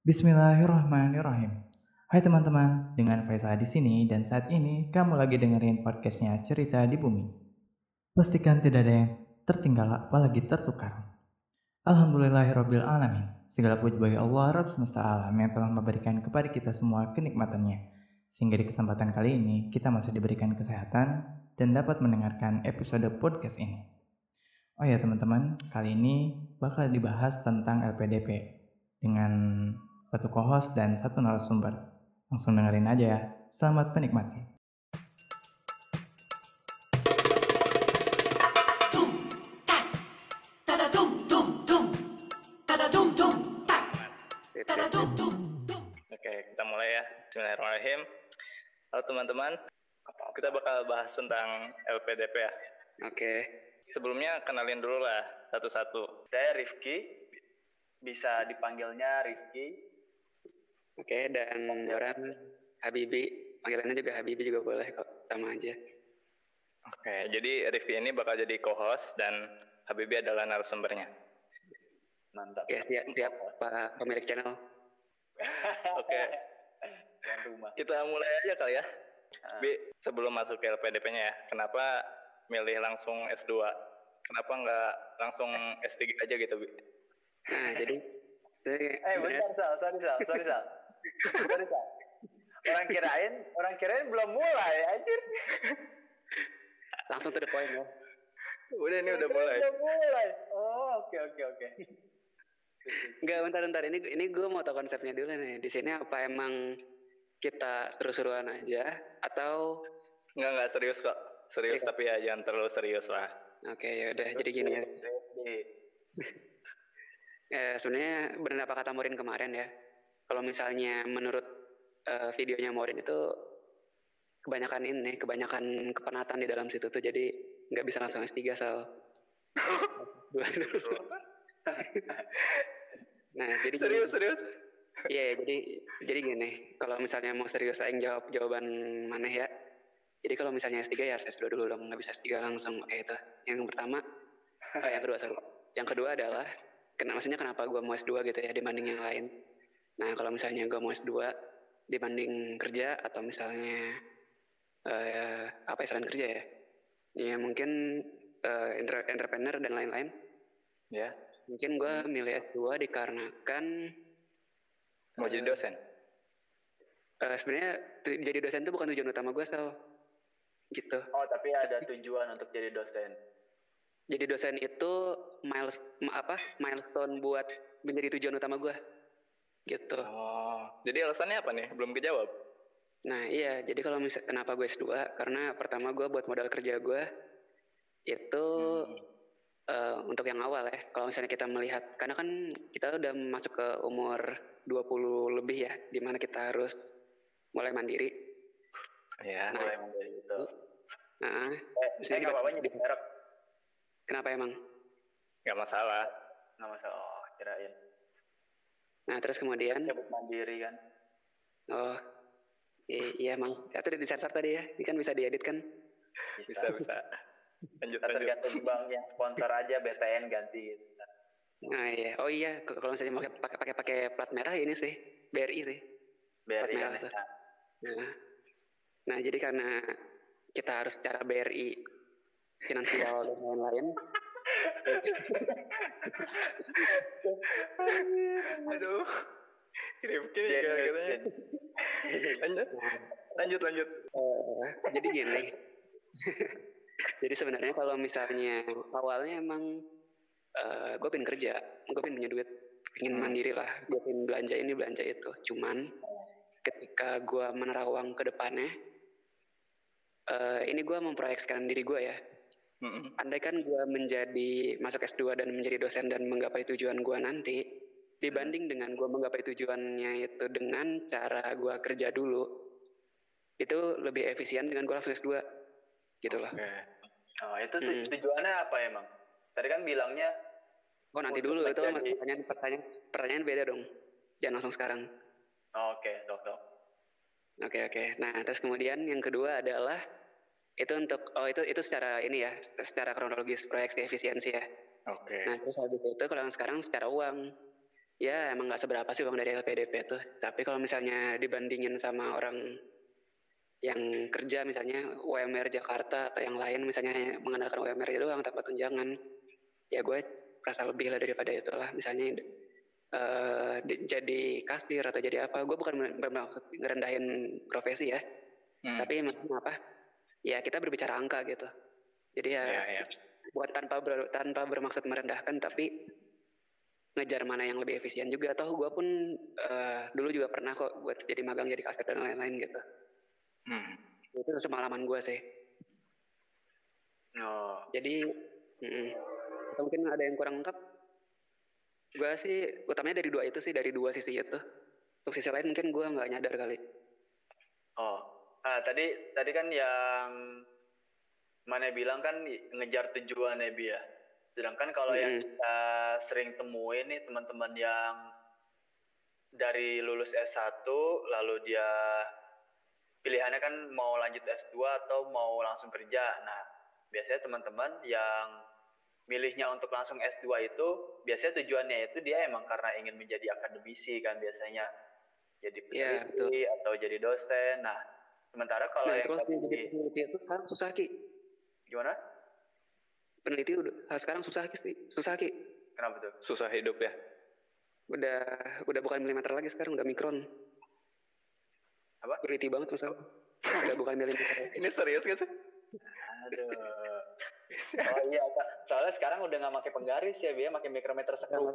Bismillahirrahmanirrahim. Hai teman-teman, dengan Faisal di sini dan saat ini kamu lagi dengerin podcastnya Cerita di Bumi. Pastikan tidak ada yang tertinggal apalagi tertukar. Alhamdulillahirabbil alamin. Segala puji bagi Allah Rabb semesta alam yang telah memberikan kepada kita semua kenikmatannya. Sehingga di kesempatan kali ini kita masih diberikan kesehatan dan dapat mendengarkan episode podcast ini. Oh ya teman-teman, kali ini bakal dibahas tentang LPDP dengan satu co-host dan satu narasumber. Langsung dengerin aja ya. Selamat menikmati. Oke, kita mulai ya. Bismillahirrahmanirrahim. Halo teman-teman, kita bakal bahas tentang LPDP ya. Oke. Sebelumnya kenalin dulu lah satu-satu. Saya Rifki, bisa dipanggilnya Rifki. Oke, dan orang Habibi, panggilannya juga Habibi juga boleh kok, sama aja. Oke, jadi Rifki ini bakal jadi co-host dan Habibi adalah narasumbernya. Mantap. Oke, siap Pak pemilik channel. Oke, kita mulai aja kali ya. Bi, sebelum masuk ke LPDP-nya ya, kenapa milih langsung S2? Kenapa nggak langsung S3 aja gitu, Bi? Nah, jadi bentar sorry Sal. Orang kirain belum mulai anjir. langsung to the point ya. Udah ini udah mulai. Oh, oke. Enggak, bentar. Ini gue mau tahu konsepnya dulu nih. Di sini apa emang kita seru-seruan aja atau Nggak serius kok. Serius tapi ya jangan terlalu serius lah. Oke, ya udah. Jadi gini ya. Sebenarnya benar apa kata Morin kemarin ya. Kalau misalnya menurut videonya Morin itu kebanyakan kepenatan di dalam situ tuh, jadi nggak bisa langsung S3 soal. Nah, jadi serius. Iya, jadi gini, kalau misalnya mau serius aing jawab jawaban mana ya. Jadi kalau misalnya S3 ya harus S2 dulu dong, nggak bisa S3 langsung. Oke, itu. Yang pertama, yang kedua adalah maksudnya kenapa gue mau S2 gitu ya dibanding yang lain. Nah, kalau misalnya gue mau S2 dibanding kerja atau misalnya selain kerja ya. Ya mungkin entrepreneur dan lain-lain. Ya. Mungkin gue milih S2 dikarenakan mau jadi dosen. Sebenarnya jadi dosen itu bukan tujuan utama gue, gitu. Oh, tapi ada tujuan untuk jadi dosen. Jadi dosen itu milestone buat menjadi tujuan utama gue, gitu. Oh, jadi alasannya apa nih? Belum kejawab. Nah iya, jadi kalau kenapa gue S2? Karena pertama gue buat modal kerja gue itu untuk yang awal ya. Kalau misalnya kita melihat, karena kan kita udah masuk ke umur 20 lebih ya, dimana kita harus mulai mandiri. Ya, mulai mandiri itu. Nah, Nggak apa-apa nyebut merek. Kenapa emang? Nggak masalah. Oh, kirain. Nah, terus kemudian Nyebut mandiri kan. Oh, iya emang. Itu disensor tadi ya. Ini kan bisa diedit kan? Bisa. Lanjut. Tergantung bank yang sponsor aja, BTN ganti gitu. Nah iya. Oh iya, kalau misalnya mau pakai plat merah ini sih BRI sih. BRI kan. Nah, jadi karena kita harus secara BRI finansial dan lain-lain. Aduh. Rifki katanya. Lanjut. Jadi gini. Jadi sebenarnya kalau misalnya awalnya emang gue pengen kerja, gue pengen punya duit, pengen mandiri lah, gue pengen belanja ini belanja itu. Cuman ketika gue menerawang ke depannya, ini gue memproyeksikan diri gue ya. Andai kan gue masuk S2 dan menjadi dosen dan menggapai tujuan gue nanti, dibanding dengan gue menggapai tujuannya itu dengan cara gue kerja dulu, itu lebih efisien dengan gue langsung S2 gitu loh. Oh, itu tujuannya apa emang? Tadi kan bilangnya nanti dulu itu pertanyaan beda dong. Jangan langsung sekarang. Oke. Oke. Nah, terus kemudian yang kedua adalah itu untuk itu secara ini ya, secara kronologis proyeksi efisiensi ya. Oke. Nah, terus habis itu kalau yang sekarang secara uang. ya emang nggak seberapa sih uang dari LPDP tuh. Tapi kalau misalnya dibandingin sama orang yang kerja misalnya UMR Jakarta atau yang lain misalnya mengandalkan UMR itu doang tanpa tunjangan, ya gue merasa lebih lah daripada itulah. Misalnya jadi kasir atau jadi apa, gue bukan bermaksud ngerendahin profesi ya, tapi maksudnya apa? Ya kita berbicara angka gitu. Jadi ya. Buat tanpa bermaksud merendahkan, tapi ngejar mana yang lebih efisien juga. Toh gue pun dulu juga pernah kok buat jadi magang jadi kasir dan lain-lain gitu. Itu semalaman gue sih. Jadi atau mungkin ada yang kurang lengkap. Gue sih utamanya dari dua sisi itu. Untuk sisi lain mungkin gue nggak nyadar kali. Nah tadi kan yang Mane bilang kan ngejar tujuan ya. Sedangkan kalau yang kita sering temuin nih teman-teman yang dari lulus S1 lalu dia pilihannya kan mau lanjut S2 atau mau langsung kerja. Nah, biasanya teman-teman yang milihnya untuk langsung S2 itu biasanya tujuannya itu dia emang karena ingin menjadi akademisi kan biasanya. Jadi peneliti atau jadi dosen. Nah, sementara kalau yang jadi peneliti itu sekarang susah Ki. Gimana? Peneliti sekarang susah Ki. Kenapa tuh? Susah hidup ya? Udah bukan milimeter lagi sekarang, udah mikron. Apa? Peneliti banget masalah. Udah bukan milimeter. Ini serius gak sih? Aduh. Oh iya, soalnya sekarang udah nggak pakai penggaris ya, Bia, pakai mikrometer sekrup.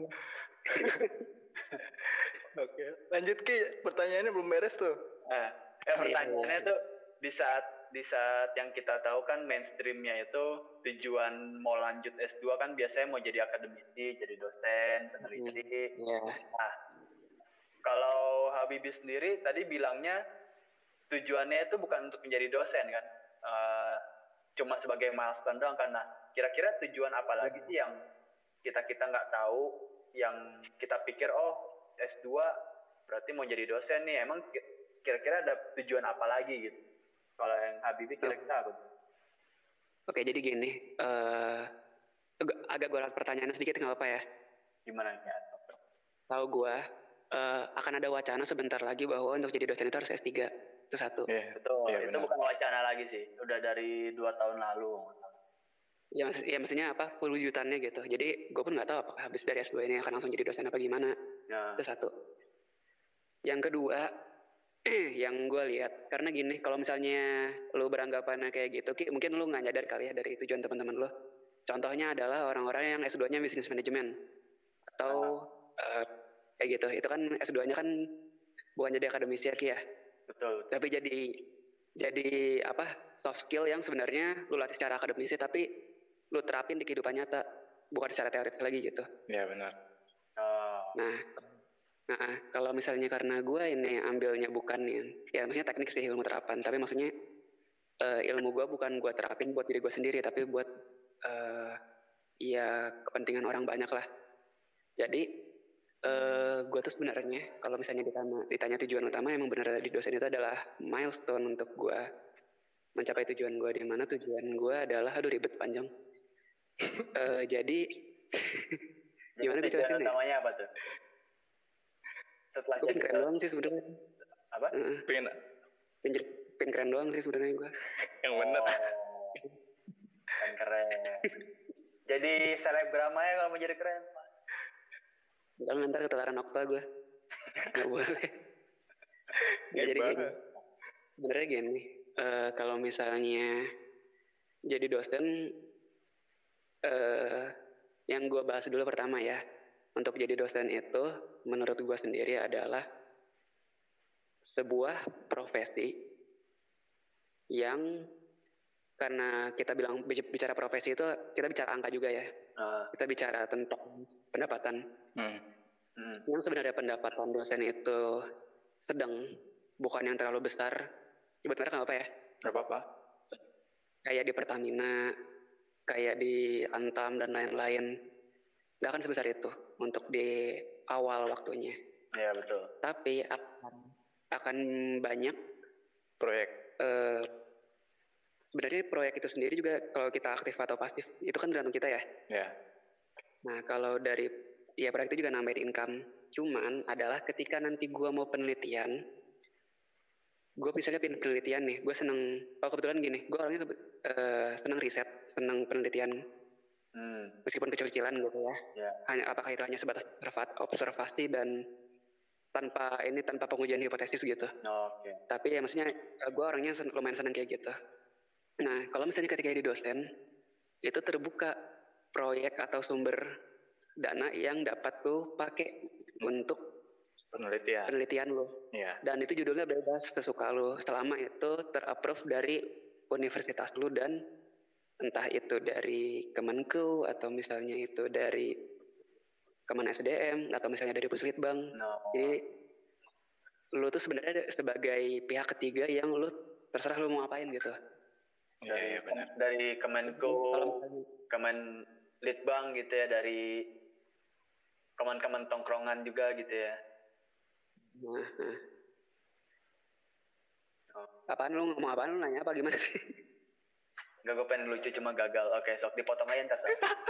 Oke, lanjut Ki. Pertanyaannya belum beres tuh. Pertanyaannya tuh di saat yang kita tahu kan mainstreamnya itu tujuan mau lanjut S2 kan biasanya mau jadi akademisi, jadi dosen, peneliti. Nah, kalau Habibie sendiri tadi bilangnya tujuannya itu bukan untuk menjadi dosen kan, cuma sebagai milestone doang kan. Nah, kira-kira tujuan apa lagi sih yang kita nggak tahu, yang kita pikir S2 berarti mau jadi dosen nih, emang kira-kira ada tujuan apa lagi gitu? Kalau yang Habibie kira-kira apa? Oke, jadi gini, agak gue lihat pertanyaannya sedikit nggak apa-apa ya? Gimana ya? Tahu gue akan ada wacana sebentar lagi bahwa untuk jadi dosen itu harus S3. Itu satu. Betul, itu bukan wacana lagi sih, udah dari 2 tahun lalu. Ya maksudnya apa, perwujudannya gitu. Jadi gue pun nggak tahu apakah habis dari S2 ini akan langsung jadi dosen apa gimana. Itu satu. Yang kedua, yang gue lihat, karena gini, kalau misalnya lo beranggapannya kayak gitu, mungkin lo nggak nyadar kali ya dari tujuan teman-teman lo. Contohnya adalah orang-orang yang S2-nya bisnis manajemen atau kayak gitu. Itu kan S2-nya kan bukan jadi akademisi ya. Betul. Tapi jadi apa, soft skill yang sebenarnya lu latih secara akademisi tapi lu terapin di kehidupan nyata, bukan secara teoritis lagi gitu. Iya benar. Nah kalau misalnya karena gue ini ambilnya bukan ya maksudnya teknik sih ilmu terapan, tapi maksudnya ilmu gue bukan gue terapin buat diri gue sendiri, tapi buat ya kepentingan orang banyak lah. Jadi gue tuh sebenarnya kalau misalnya ditanya tujuan utama, emang benar di dosen itu adalah milestone untuk gue mencapai tujuan gue, di mana tujuan gue adalah ribet panjang. Jadi gimana tujuan utamanya apa tuh? Setelah gue pengen keren doang sih sebenarnya. Apa? Pengen keren doang sih sebenarnya gue. Yang benar. Kan keren. Jadi selebgram aja kalau mau jadi keren. Jangan ntar ketularan Okta gue. Gak boleh. Jadi gini. Sebenarnya gini. Kalau misalnya jadi dosen, yang gue bahas dulu pertama ya. Untuk jadi dosen itu, menurut gue sendiri adalah sebuah profesi yang, karena kita bicara profesi itu, kita bicara angka juga ya. Kita bicara tentang pendapatan. Yang sebenarnya pendapatan dosen itu sedang, bukan yang terlalu besar. Sebut merek nggak apa ya? Nggak apa-apa. Kayak di Pertamina, kayak di Antam dan lain-lain, nggak akan sebesar itu untuk di awal waktunya. Iya betul. Tapi akan banyak proyek. Sebenarnya proyek itu sendiri juga kalau kita aktif atau pasif itu kan tergantung kita ya. Iya. Nah kalau dari ya proyek itu juga nambahin income. Cuman adalah ketika nanti gue mau penelitian, gue misalnya penelitian nih, gue seneng, kebetulan gini, gue orangnya seneng riset, seneng penelitian, meskipun kecil-kecilan gitu ya. Hanya apakah itu hanya sebatas observasi dan tanpa pengujian hipotesis gitu. Tapi ya maksudnya gue orangnya lumayan seneng kayak gitu. Nah kalau misalnya ketika jadi dosen, itu terbuka proyek atau sumber dana yang dapat tuh pakai untuk penelitian lo. Dan itu judulnya bebas sesuka lo, selama itu terapprove dari universitas lo dan entah itu dari Kemenku atau misalnya itu dari Kemen SDM atau misalnya dari Puslitbang. Jadi lo tuh sebenarnya sebagai pihak ketiga yang lo terserah lo mau ngapain gitu. Dari Kemenku, Kemen Litbang gitu ya, dari Kemen tongkrongan juga gitu ya. Apaan lu ngomong apaan, lu nanya apa gimana sih? Enggak, gue pengen lucu cuma gagal. Oke, sok dipotong aja ntar.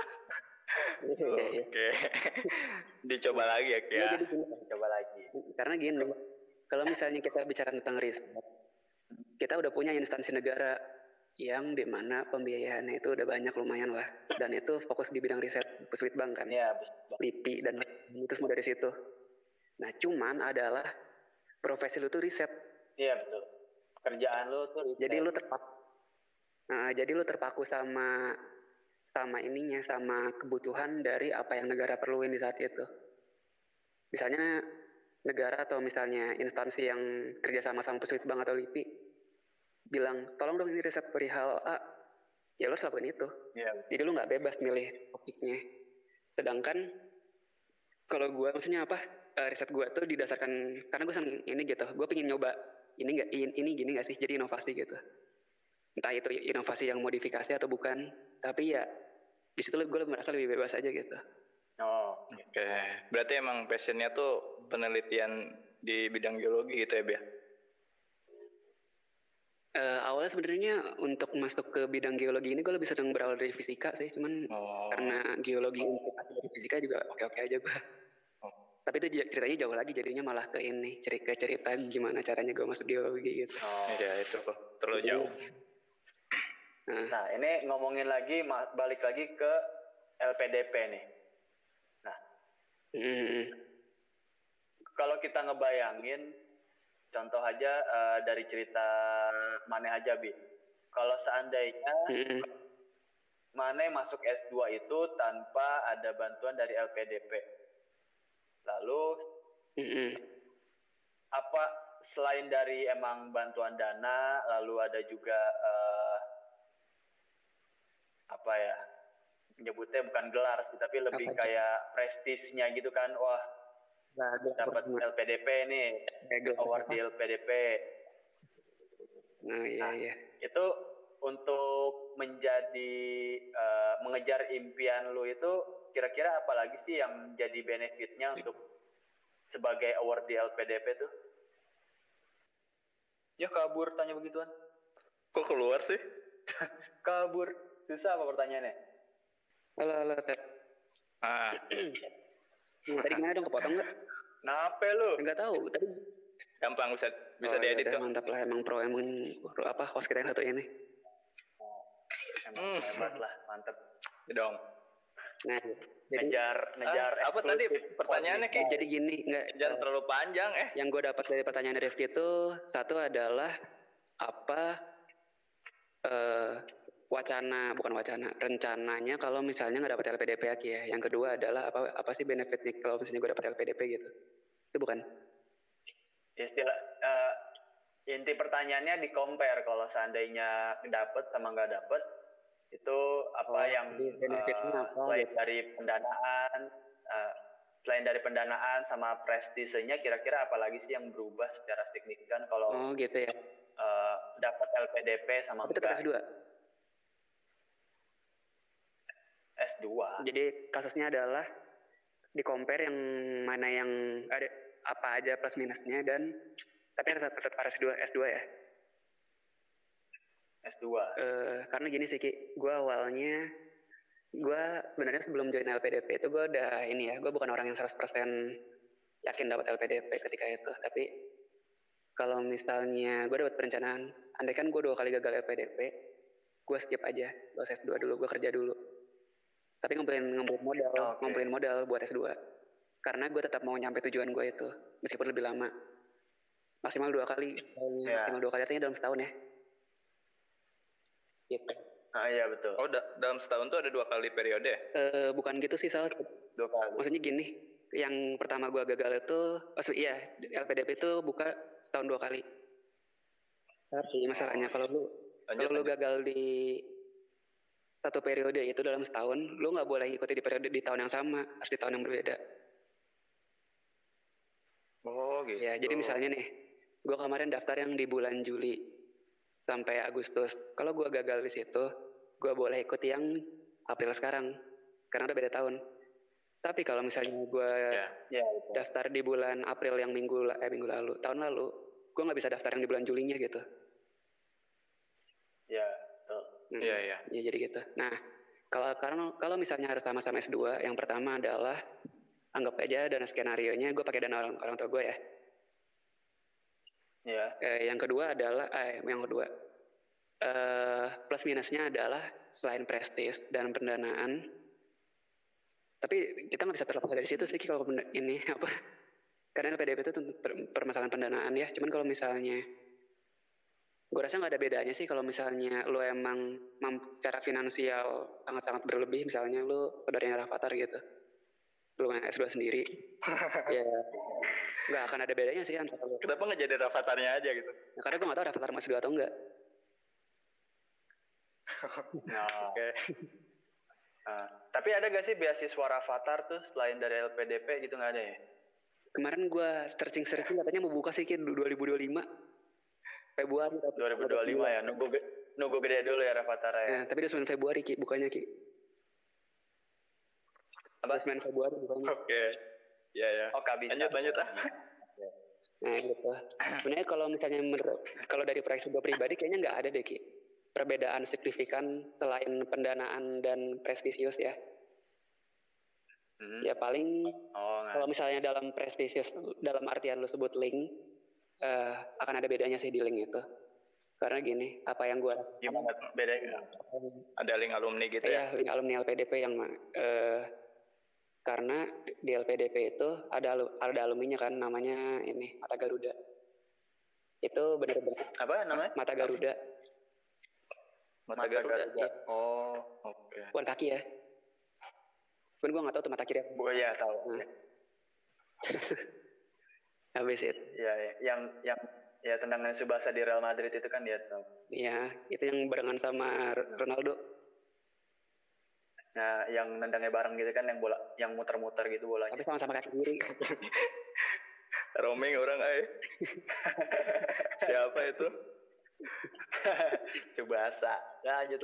Oke. Dicoba lagi ya. Coba lagi. Karena gini, kalau misalnya kita bicara tentang riset, kita udah punya instansi negara yang dimana pembiayaannya itu udah banyak lumayan lah, dan itu fokus di bidang riset, Puslitbang kan, LIPI dan itu semua dari situ. Nah cuman adalah profesi lu tuh riset. Iya betul. Kerjaan lu tuh riset. Jadi lu terpaku sama ininya, sama kebutuhan dari apa yang negara perluin di saat itu. Misalnya negara atau misalnya instansi yang kerja sama Puslitbang atau LIPI bilang, tolong dong ini riset perihal A, ya lo harus lakuin itu. Jadi lu nggak bebas milih topiknya. Sedangkan kalau gue maksudnya riset gue tuh didasarkan karena gue seneng ini gitu. Gue pengen nyoba ini gini nggak sih, jadi inovasi gitu. Entah itu inovasi yang modifikasi atau bukan, tapi ya di situ gue merasa lebih bebas aja gitu. Oke. Berarti emang passionnya tuh penelitian di bidang geologi gitu ya, Bia? Awalnya sebenarnya untuk masuk ke bidang geologi ini gue lebih senang berawal dari fisika sih, cuman karena geologi implikasi dari fisika juga oke aja gue. Tapi itu ceritanya jauh lagi, jadinya malah ke ini cerita gimana caranya gue masuk geologi gitu. Ya itu kok terlalu jauh. Nah ini ngomongin lagi, balik lagi ke LPDP nih. Nah kalau kita ngebayangin, contoh aja dari cerita Maneh aja, Bi. Kalau seandainya Maneh masuk S2 itu tanpa ada bantuan dari LPDP. Lalu apa selain dari emang bantuan dana, lalu ada juga menyebutnya bukan gelar sih, tapi lebih kayak prestisnya gitu kan. Wah, dapat LPDP nih, award di LPDP. Iya. Itu untuk mengejar impian lu itu kira-kira apa lagi sih yang jadi benefitnya untuk sebagai award di LPDP tuh? Ya kabur tanya begituan. Kok keluar sih? Kabur. Susah apa pertanyaannya? Halo Ted. Tadi gimana dong, kepotong nggak? Kenapa lu? Nggak tahu. Tadi gampang bisa diedit kok. Mantap lah, emang host kita yang satu ini. Emang hebat lah, mantep. Dong. Nah, ngejar apa tadi pertanyaannya Ki? Jadi gini, jangan terlalu panjang Yang gue dapat dari pertanyaan Rifki itu satu adalah rencananya kalau misalnya nggak dapat LPDP ya. Yang kedua adalah apa sih benefitnya kalau misalnya gue dapat LPDP gitu. Itu bukan? Istilah inti pertanyaannya di compare kalau seandainya dapet sama nggak dapet itu yang benefitnya selain dari pendanaan sama prestisenya, kira-kira apa lagi sih yang berubah secara signifikan kalau gitu ya. Dapat LPDP sama enggak? Tetap S2. Jadi kasusnya adalah di compare yang mana yang ada apa aja plus minusnya, dan tapi tetap harus S2 ya. S2. Karena gini sih Ki, gue awalnya gue sebenarnya sebelum join LPDP itu gue udah ini ya, gue bukan orang yang 100% yakin dapat LPDP ketika itu. Tapi kalau misalnya gue dapat perencanaan, andai kan gue 2 kali gagal LPDP, gue skip aja, gue S2 dulu, gue kerja dulu. Tapi ngumpulin modal buat S2. Karena gue tetap mau nyampe tujuan gue itu, meskipun lebih lama. Maksimal 2 kali, maksimal 2 kali artinya dalam setahun ya. Gitu. Ah iya betul. Oh, dalam setahun tuh ada 2 kali periode? Bukan gitu sih, Sal. 2 kali. Maksudnya gini, yang pertama gue gagal itu, LPDP itu buka setahun 2 kali. Tapi masalahnya kalau lu gagal di satu periode itu dalam setahun, lu nggak boleh ikuti di periode di tahun yang sama, harus di tahun yang berbeda. Oh gitu. Ya, jadi misalnya nih, gue kemarin daftar yang di bulan Juli sampai Agustus. Kalau gue gagal di situ, gue boleh ikut yang April sekarang, karena udah beda tahun. Tapi kalau misalnya gue daftar di bulan April yang minggu lalu, tahun lalu, gue nggak bisa daftar yang di bulan Julinya gitu. Ya, Iya. Ya jadi gitu. Nah, kalau misalnya harus sama-sama S2, yang pertama adalah anggap aja dana skenario-nya gue pakai dana orang tua gue ya. Iya. Yang kedua plus minusnya adalah selain prestis dan pendanaan, tapi kita nggak bisa terlepas dari situ sih kalau ini apa? Karena LPDP itu permasalahan pendanaan ya. Cuman kalau misalnya gue rasa nggak ada bedanya sih kalau misalnya lo emang secara finansial sangat-sangat berlebih, misalnya lo saudaranya Rafathar gitu, lo yang S2 sendiri, ya nggak akan ada bedanya sih antara lo. Kenapa nggak jadi Rafatharnya aja gitu? Nah, karena gue nggak tahu Rafathar masih S2 atau enggak. Oke. Tapi ada gak sih beasiswa Rafathar tuh selain dari LPDP gitu, nggak ada ya? Kemarin gue searching katanya mau buka sih 2025. Februari 2025 ya, nunggu gede dulu ya Rafathar ya. Nah, tapi 29 Februari Ki bukanya Ki. Apa? 29 Februari bukanya. Oke. Ya. Oh, bisa. Lanjut. Nah gitu. Sebenarnya kalau misalnya kalau dari proyeksi gue pribadi kayaknya nggak ada deh Ki perbedaan signifikan selain pendanaan dan prestisius ya. Ya paling kalau misalnya dalam prestisius dalam artian lu sebut link, akan ada bedanya sih di link itu. Karena gini, apa yang gue gimana bedanya? Ada link alumni gitu ya? Link alumni LPDP yang karena di LPDP itu ada alumninya kan, namanya ini Mata Garuda. Itu benar-benar apa namanya? Mata Garuda. Mata Garuda. Ya. Oh, oke. Bukan kaki ya. Cuman gue nggak tahu tuh mata kiri. Ya tahu. Habis itu. Ya, yang tendangan Tsubasa di Real Madrid itu kan dia tahu. Iya, itu yang barengan sama Ronaldo. Nah, yang nendangnya bareng gitu kan, yang muter-muter gitu bolanya. Tapi sama-sama kaki kiri. Roaming orang Siapa itu? Tsubasa. Lanjut.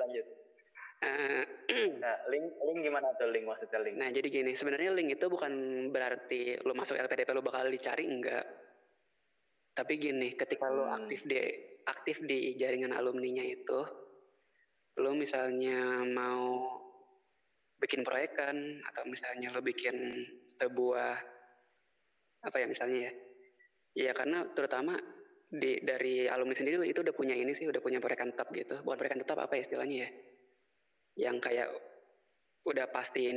Nah, link gimana tuh link maksudnya link? Nah, jadi gini, sebenarnya link itu bukan berarti lo masuk LPDP lo bakal dicari, enggak. Tapi gini, ketika lo aktif di jaringan alumninya itu, lo misalnya mau bikin proyekan atau misalnya lo bikin sebuah apa ya misalnya ya karena terutama dari alumni sendiri itu udah punya proyekan tetap gitu. Bukan proyekan tetap, apa ya istilahnya ya, yang kayak udah pasti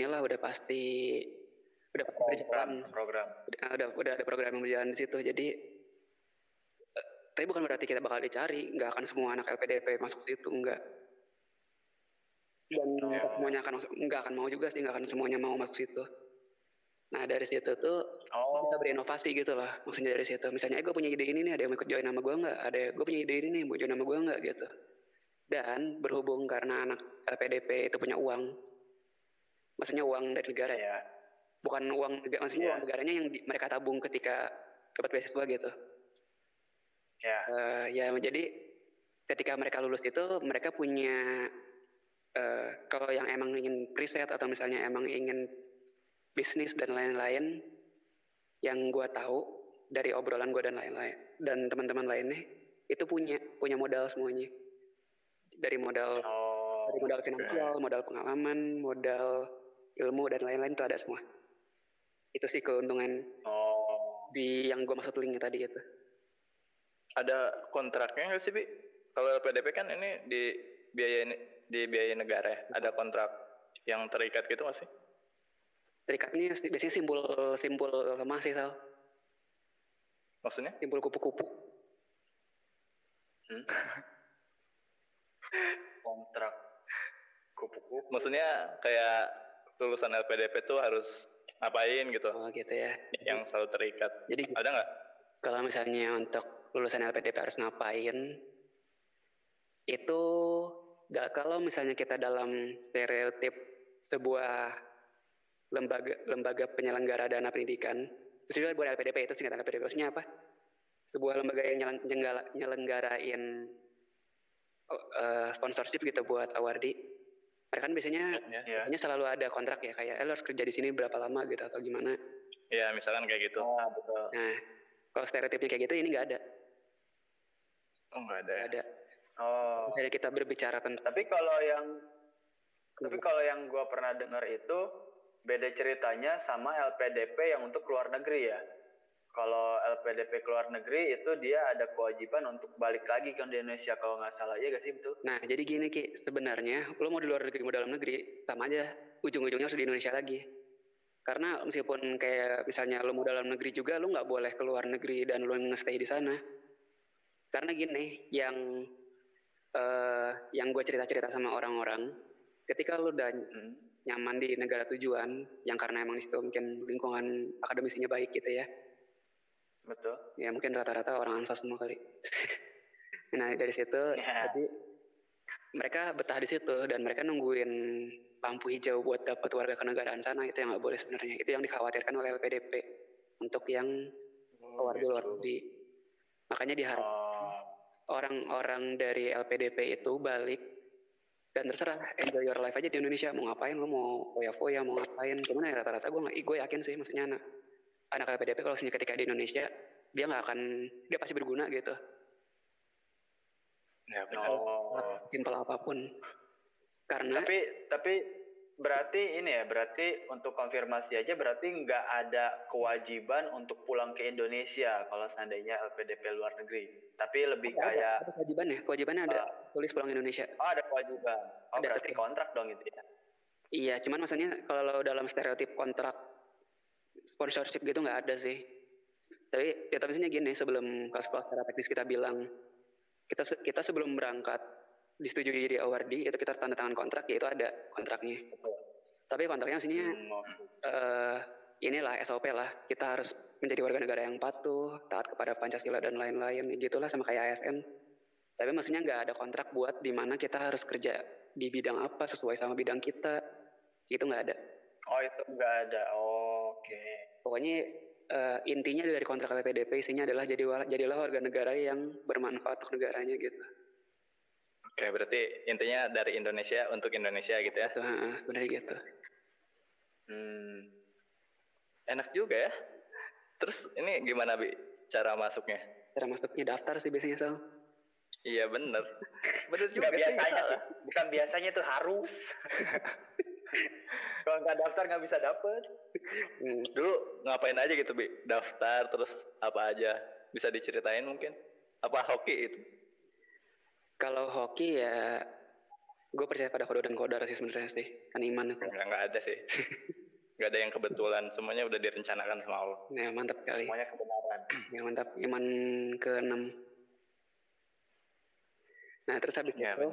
berjalan program. Udah ada program yang berjalan di situ. Jadi tapi bukan berarti kita bakal dicari, nggak akan semua anak LPDP masuk situ, enggak. Dan semuanya nggak akan mau juga sih, nggak akan semuanya mau masuk situ. Nah dari situ tuh bisa berinovasi gitu lah, maksudnya dari situ. Misalnya gue punya ide ini nih, ada yang mau ikut join sama gue nggak? Gue punya ide ini nih, mau join sama gue nggak gitu. Dan berhubung karena anak LPDP itu punya uang, maksudnya uang dari negara ya, bukan uang maksudnya uang negaranya yang mereka tabung ketika dapat beasiswa gitu. Ya jadi ketika mereka lulus itu mereka punya kalau yang emang ingin preset atau misalnya emang ingin bisnis dan lain-lain, yang gue tahu dari obrolan gue dan lain-lain dan teman-teman lainnya itu punya modal semuanya, dari modal Dari modal finansial, modal pengalaman, modal ilmu dan lain-lain itu ada semua. Itu sih keuntungan di yang gue maksud linknya tadi itu. Ada kontraknya nggak sih, Bi? Kalau LPDP kan ini dibiayai negara ya. Ada kontrak yang terikat gitu nggak sih? Terikatnya biasanya simpul lemah sih, Sal. Maksudnya? Simpul kupu-kupu. Kontrak kupu-kupu. Maksudnya kayak lulusan LPDP tuh harus ngapain gitu? Oh gitu ya. Yang selalu terikat. Jadi ada nggak? Kalau misalnya untuk lulusan LPDP harus ngapain? Itu kalau misalnya kita dalam stereotip sebuah lembaga penyelenggara dana pendidikan, terus juga buat LPDP itu singkatan LPDP, maksudnya apa? Sebuah lembaga yang nyelenggarain sponsorship gitu buat awardi. Mereka kan biasanya selalu ada kontrak ya, kayak lo harus kerja di sini berapa lama gitu atau gimana. Ya misalkan kayak gitu. Betul. Nah, kalau stereotipnya kayak gitu ini nggak ada. Oh nggak ada. Nggak ada. Misalnya kita berbicara tentang. Tapi kalau yang gue pernah dengar itu beda ceritanya sama LPDP yang untuk keluar negeri ya. Kalau LPDP keluar negeri itu dia ada kewajiban untuk balik lagi ke Indonesia kalau nggak salah, ya gak sih betul? Nah jadi gini Ki, sebenarnya lo mau di luar negeri mau dalam negeri sama aja, ujung-ujungnya harus di Indonesia lagi. Karena meskipun kayak misalnya lo mau dalam negeri juga lo nggak boleh keluar negeri dan lo nge-stay di sana. Karena gini, yang gue cerita-cerita sama orang-orang, ketika lo udah nyaman di negara tujuan, yang karena emang di situ mungkin lingkungan akademisinya baik gitu ya. Betul. Ya mungkin rata-rata orang ANSA semua kali. Nah dari situ, jadi mereka betah di situ dan mereka nungguin lampu hijau buat dapat warga kenegaraan sana. Itu yang nggak boleh sebenarnya. Itu yang dikhawatirkan oleh LPDP untuk yang warga luar negeri. Makanya diharapkan orang-orang dari LPDP itu balik dan terserah enjoy your life aja di Indonesia. Mau ngapain, lo mau foya-foya, mau ngapain. Cuman ya rata-rata gue yakin sih, maksudnya anak LPDP kalau misalnya ketika di Indonesia dia pasti berguna gitu. Ya, simpel apapun. Karena tapi berarti untuk konfirmasi aja berarti nggak ada kewajiban untuk pulang ke Indonesia kalau seandainya LPDP luar negeri. Tapi lebih kayak ada kewajibannya ada tulis pulang Indonesia. Ada kewajiban. Berarti kontrak dong itu ya. Iya, cuman maksudnya kalau dalam stereotip kontrak sponsorship gitu nggak ada sih. Tapi misalnya gini, sebelum kelas secara teknis kita bilang kita sebelum berangkat disetujui di awardi itu kita tanda tangan kontrak, yaitu ada kontraknya. Tapi kontraknya maksudnya inilah SOP lah, kita harus menjadi warga negara yang patuh, taat kepada Pancasila dan lain-lain, gitulah sama kayak ASN. Tapi maksudnya nggak ada kontrak buat di mana kita harus kerja di bidang apa sesuai sama bidang kita, itu nggak ada. Oh itu nggak ada, oke. Pokoknya intinya dari kontrak LPDP isinya adalah jadilah warga negara yang bermanfaat untuk negaranya gitu. Oke, berarti intinya dari Indonesia untuk Indonesia gitu ya? Betul, benar gitu. Enak juga ya. Terus ini gimana Bi cara masuknya? Cara masuknya daftar sih biasanya, Sal. Iya bener juga biasanya sih. Bukan biasanya itu harus. Kalau nggak daftar nggak bisa dapet. Dulu ngapain aja gitu Bi? Daftar terus apa aja? Bisa diceritain mungkin? Apa hoki itu? Kalau hoki ya gue percaya pada kode dan kodar sih sebenarnya sih. Kan iman itu. Nggak ada sih. Nggak ada yang kebetulan. Semuanya udah direncanakan sama Allah. Ya mantap sekali. Semuanya kebenaran. Ya mantap. Iman ke-6. Nah terus habis ya, itu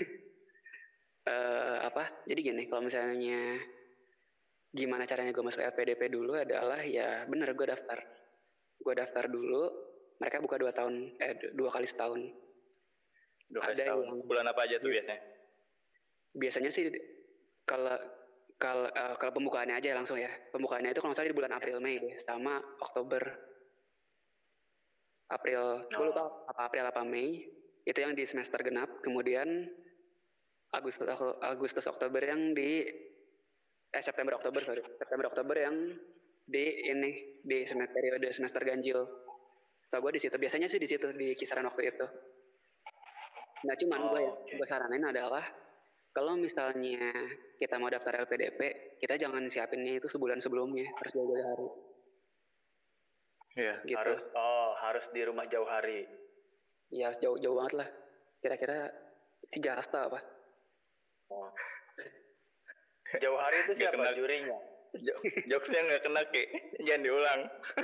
jadi gini, kalau misalnya gimana caranya gue masuk LPDP dulu adalah ya bener gue daftar dulu. Mereka buka 2 kali setahun. 2 kali setahun. Bulan apa aja tuh biasanya? Biasanya sih kalau pembukaannya aja langsung ya. Pembukaannya itu kalau misalnya di bulan April Mei deh, sama Oktober. Gue lupa April apa Mei. Itu yang di semester genap. Kemudian Agustus Oktober yang di September Oktober yang di periode semester ganjil. So gue di situ biasanya sih di kisaran waktu itu. Nah cuman gue saranin adalah Kalau misalnya kita mau daftar LPDP, kita jangan siapinnya itu sebulan sebelumnya, harus jauh-jauh hari. Iya. Gitu. Harus di rumah jauh hari. Ya harus jauh-jauh banget lah. Kira-kira 3 hasta apa? Oh. Jauh hari itu Nggak siapa kena. jurinya? Jokesnya nggak kena, Ki. Jangan diulang.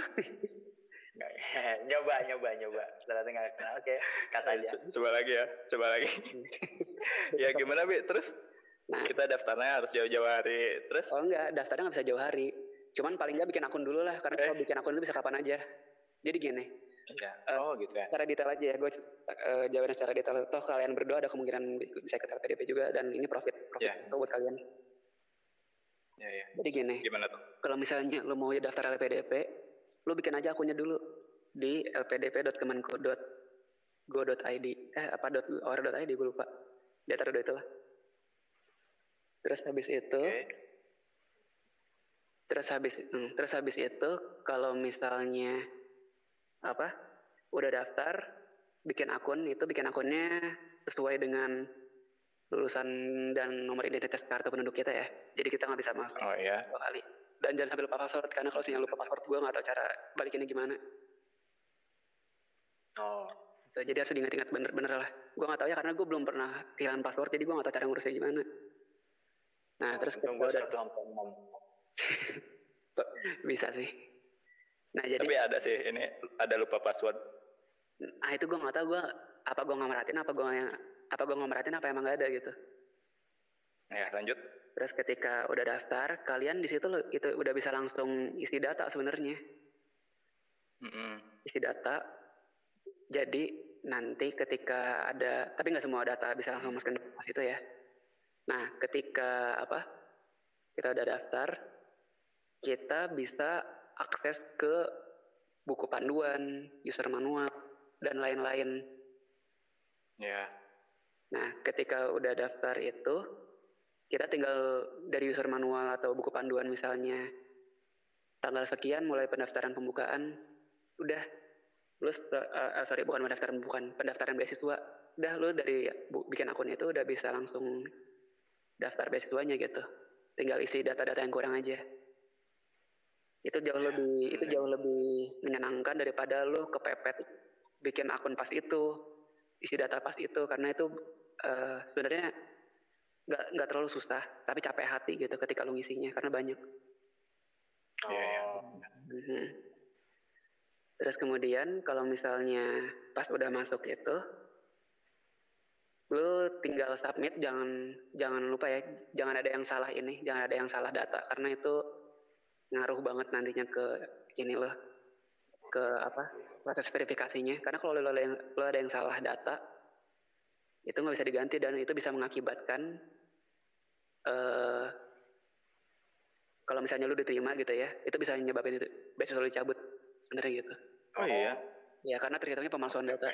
Nyoba. Ternyata nggak kena. Oke, kata aja. Coba lagi. Ya gimana, Bi? Terus kita daftarnya harus jauh-jauh hari. Terus? Oh enggak, daftarnya nggak bisa jauh hari. Cuman paling nggak bikin akun dulu lah, karena kalau bikin akun itu bisa kapan aja. Jadi gini. Ya. Gitu ya. Secara detail aja ya, gue jawabnya secara detail. Toh kalian berdua ada kemungkinan bisa ikut LPDP juga, dan ini profit buat kalian. Ya. Jadi gini. Gimana tuh? Kalau misalnya lo mau daftar LPDP, lo bikin aja akunnya dulu di lpdp.kemenko.go.id. .or.id gue lupa. Data itu lah. Terus habis itu, terus habis itu kalau misalnya udah daftar, bikin akunnya sesuai dengan lulusan dan nomor identitas kartu penduduk kita ya. Jadi kita nggak bisa masuk dua kali. Dan jangan sampai lupa password, karena kalau misalnya lupa password gue nggak tahu cara balikinnya gimana. Jadi harus diingat-ingat bener lah. Gue nggak tahu ya, karena gue belum pernah kehilangan password, jadi gue nggak tahu cara ngurusnya gimana. Nah terus kita udah bisa sih. Nah jadi. Tapi ada sih, ini ada lupa password. Nah itu gue nggak tahu, apa gue nggak merhatiin, apa emang nggak ada gitu. Ya lanjut. Terus ketika udah daftar, kalian di situ itu udah bisa langsung isi data sebenarnya. Isi data. Jadi nanti ketika ada, tapi nggak semua data bisa langsung masukin ke situ ya. Nah ketika kita udah daftar, kita bisa akses ke buku panduan, user manual, dan lain-lain. Ya. Nah ketika udah daftar itu, kita tinggal dari user manual atau buku panduan misalnya tanggal sekian mulai pendaftaran pembukaan, udah pendaftaran beasiswa, udah lu dari bikin akun itu udah bisa langsung daftar beasiswanya gitu. Tinggal isi data-data yang kurang aja. Itu jauh lebih menyenangkan daripada lu kepepet bikin akun pas itu, isi data pas itu, karena itu sebenarnya nggak terlalu susah, tapi capek hati gitu ketika lu ngisinya karena banyak. Terus kemudian kalau misalnya pas udah masuk itu, lu tinggal submit, jangan lupa ya, jangan ada yang salah data, karena itu ngaruh banget nantinya ke proses verifikasinya. Karena kalau lu ada yang salah data, itu nggak bisa diganti, dan itu bisa mengakibatkan kalau misalnya lu diterima gitu ya, itu bisa nyebabin itu beasiswa lu dicabut sebenarnya gitu. Oh iya? Ya karena terhitungnya pemalsuan data.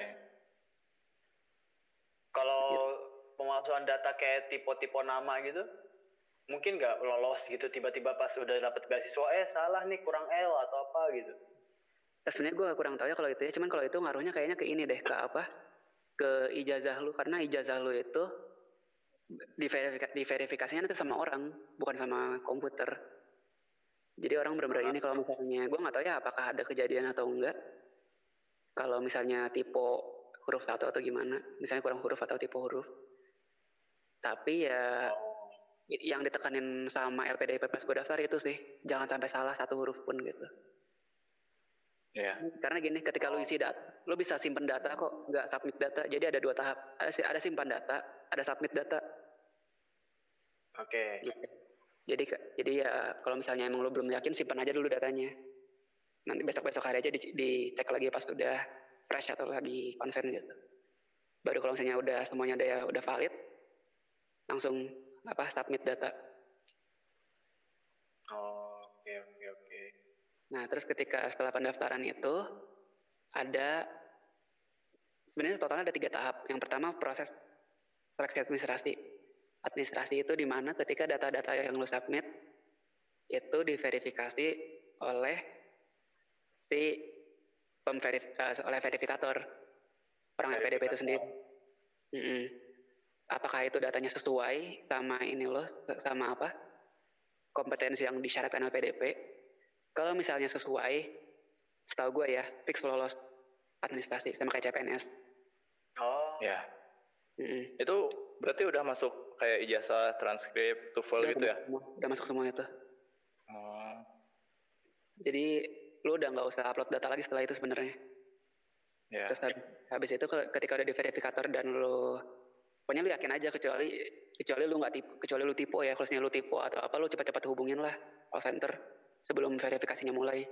Kalau pemalsuan data kayak tipe-tipe nama gitu, mungkin nggak lolos gitu, tiba-tiba pas udah dapet beasiswa salah nih, kurang L atau apa gitu. Sebenarnya gue kurang tahu ya kalau itu ya, cuman kalau itu ngaruhnya kayaknya ke ini deh, ke ijazah lu, karena ijazah lu itu diverifikasinya nanti sama orang, bukan sama komputer. Jadi orang benar-benar ini, kalau misalnya gue nggak tahu ya apakah ada kejadian atau enggak, kalau misalnya tipe huruf satu atau gimana, misalnya kurang huruf atau tipe huruf. Tapi ya yang ditekanin sama LPDP pas gue daftar itu sih, jangan sampai salah satu huruf pun gitu. Ya. Karena gini, ketika lu isi data, lu bisa simpen data kok, nggak submit data. Jadi ada 2 tahap, ada simpan data, ada submit data. Oke. Gitu. Jadi ya kalau misalnya emang lu belum yakin, simpan aja dulu datanya. Nanti besok hari aja dicek lagi pas udah fresh atau lagi konsen gitu. Baru kalau misalnya semuanya udah valid, langsung submit data. Oke. Nah terus setelah pendaftaran itu sebenarnya totalnya ada 3 tahap. Yang pertama proses seleksi administrasi itu di mana ketika data-data yang lu submit itu diverifikasi oleh oleh verifikator orang LPDP itu sendiri. apakah itu datanya sesuai sama ini lo, sama apa kompetensi yang disyaratkan LPDP. Kalau misalnya sesuai, setahu gue ya fix lolos administrasi sama kayak CPNS. Oh ya. Itu berarti udah masuk kayak ijazah, transkrip, TOEFL gitu ya? Udah masuk semua itu. Jadi lu udah nggak usah upload data lagi setelah itu sebenarnya. Yeah. Terus habis itu ketika udah di verifikator dan lu, pokoknya lu yakin aja kecuali lu nggak kecuali lu tipe ya, kalau lu tipe atau apa, lu cepat-cepat hubungin lah call center sebelum verifikasinya mulai.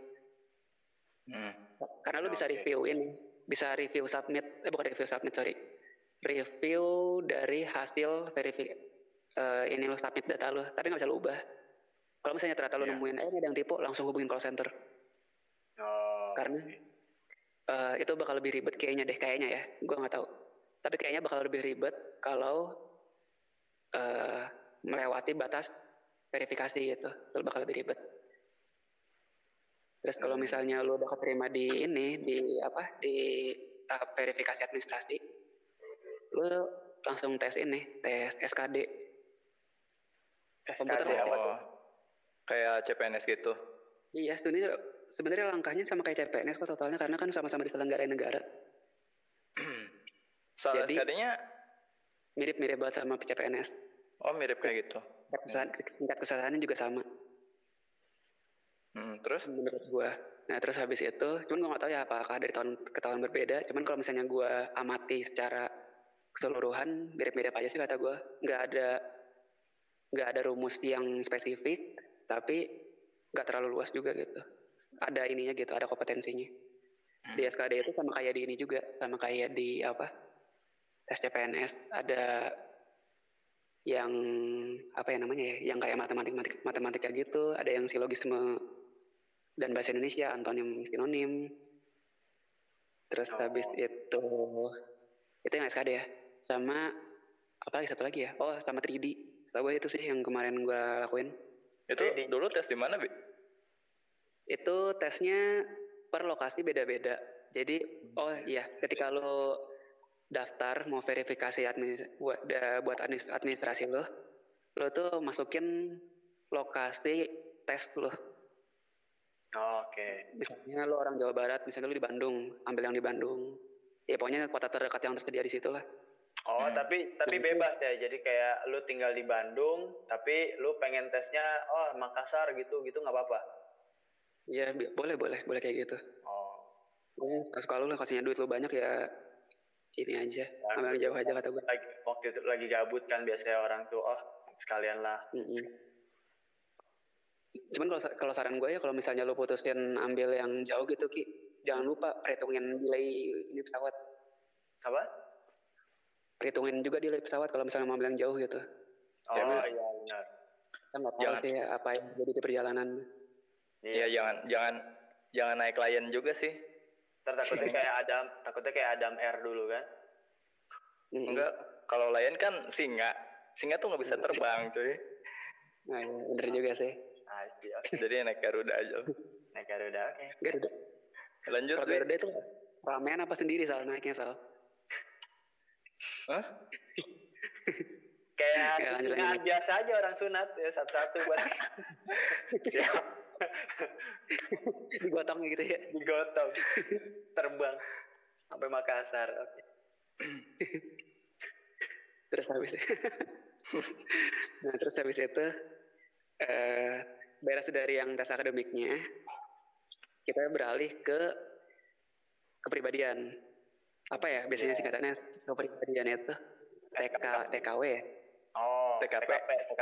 Karena lu bisa review submit, review dari hasil ini lu submit data lu, tapi nggak bisa lu ubah. Kalau misalnya ternyata lu nemuin ada yang tipe, langsung hubungin call center. Karena itu bakal lebih ribet kayaknya ya, gue nggak tahu. Tapi kayaknya bakal lebih ribet kalau melewati batas verifikasi gitu, itu bakal lebih ribet. Terus kalau misalnya lu udah keterima di tahap verifikasi administrasi, lu langsung tes SKD. Tes komputer lah. Kayak CPNS gitu. Iya, sebenarnya langkahnya sama kayak CPNS kok totalnya, karena kan sama-sama diselenggarain negara. Soal SKD-nya mirip-mirip banget sama CPNS. Oh, mirip kayak gitu. Tingkat kesalahannya juga sama. Terus? Menurut gua. Nah, terus habis itu, cuman gua nggak tahu ya apakah dari tahun ke tahun berbeda. Cuman kalau misalnya gua amati secara keseluruhan, mirip-mirip aja sih kata gua. Nggak ada rumus yang spesifik, tapi nggak terlalu luas juga gitu. Ada ininya gitu, ada kompetensinya. Di SKD itu sama kayak di ini juga, sama kayak di tes CPNS, ada yang apa ya namanya ya, yang kayak matematika gitu, ada yang silogisme dan bahasa Indonesia, antonim sinonim. Terus habis itu yang SKD ya. Sama apa lagi satu lagi ya? Oh, sama 3D. Setahu gue itu sih yang kemarin gue lakuin. Itu dulu tes di mana, Bi? Itu tesnya per lokasi beda-beda. Jadi, ketika lo daftar mau verifikasi buat administrasi lo tuh masukin lokasi tes lo. Oke. Misalnya lo orang Jawa Barat, misalnya lo di Bandung, ambil yang di Bandung. Ya pokoknya kota terdekat yang tersedia di situ lah. Oh, tapi bebas ya. Jadi kayak lu tinggal di Bandung, tapi lu pengen tesnya Makassar gitu nggak apa-apa. Iya, boleh kayak gitu. Suka lu lah, kasihnya duit lu banyak ya ini aja. Ambil yang jauh aja kata gue. Waktu itu lagi gabut kan biasanya orang tuh, sekalian lah. Cuman kalau saran gue ya, kalau misalnya lu putusin ambil yang jauh gitu Ki, jangan lupa perhitungin delay ini pesawat. Apa? Perhitungin juga delay pesawat kalau misalnya mau ambil yang jauh gitu. Iya benar. Kita nggak tahu sih apa yang jadi di perjalanan. Iya, jangan naik Lion juga sih. Takutnya kayak Adam Air dulu kan? Enggak, kalau Lion kan singa tuh nggak bisa terbang cuy. Nah, bener juga sih. Jadi naik Garuda aja. Naik Garuda, oke. Garuda. Lanjut. Kalau Garuda itu ramean apa sendiri naiknya Sal? Hah? Kayak sunat biasa aja orang sunat ya, satu-satu bareng. Siap. Digotong gitu ya? Digotong. Terbang sampai Makassar. Oke. Terus habis itu beres dari yang tes akademiknya, kita beralih ke kepribadian. Apa ya biasanya singkatannya kepribadian itu? TKW ya? Oh, TKP.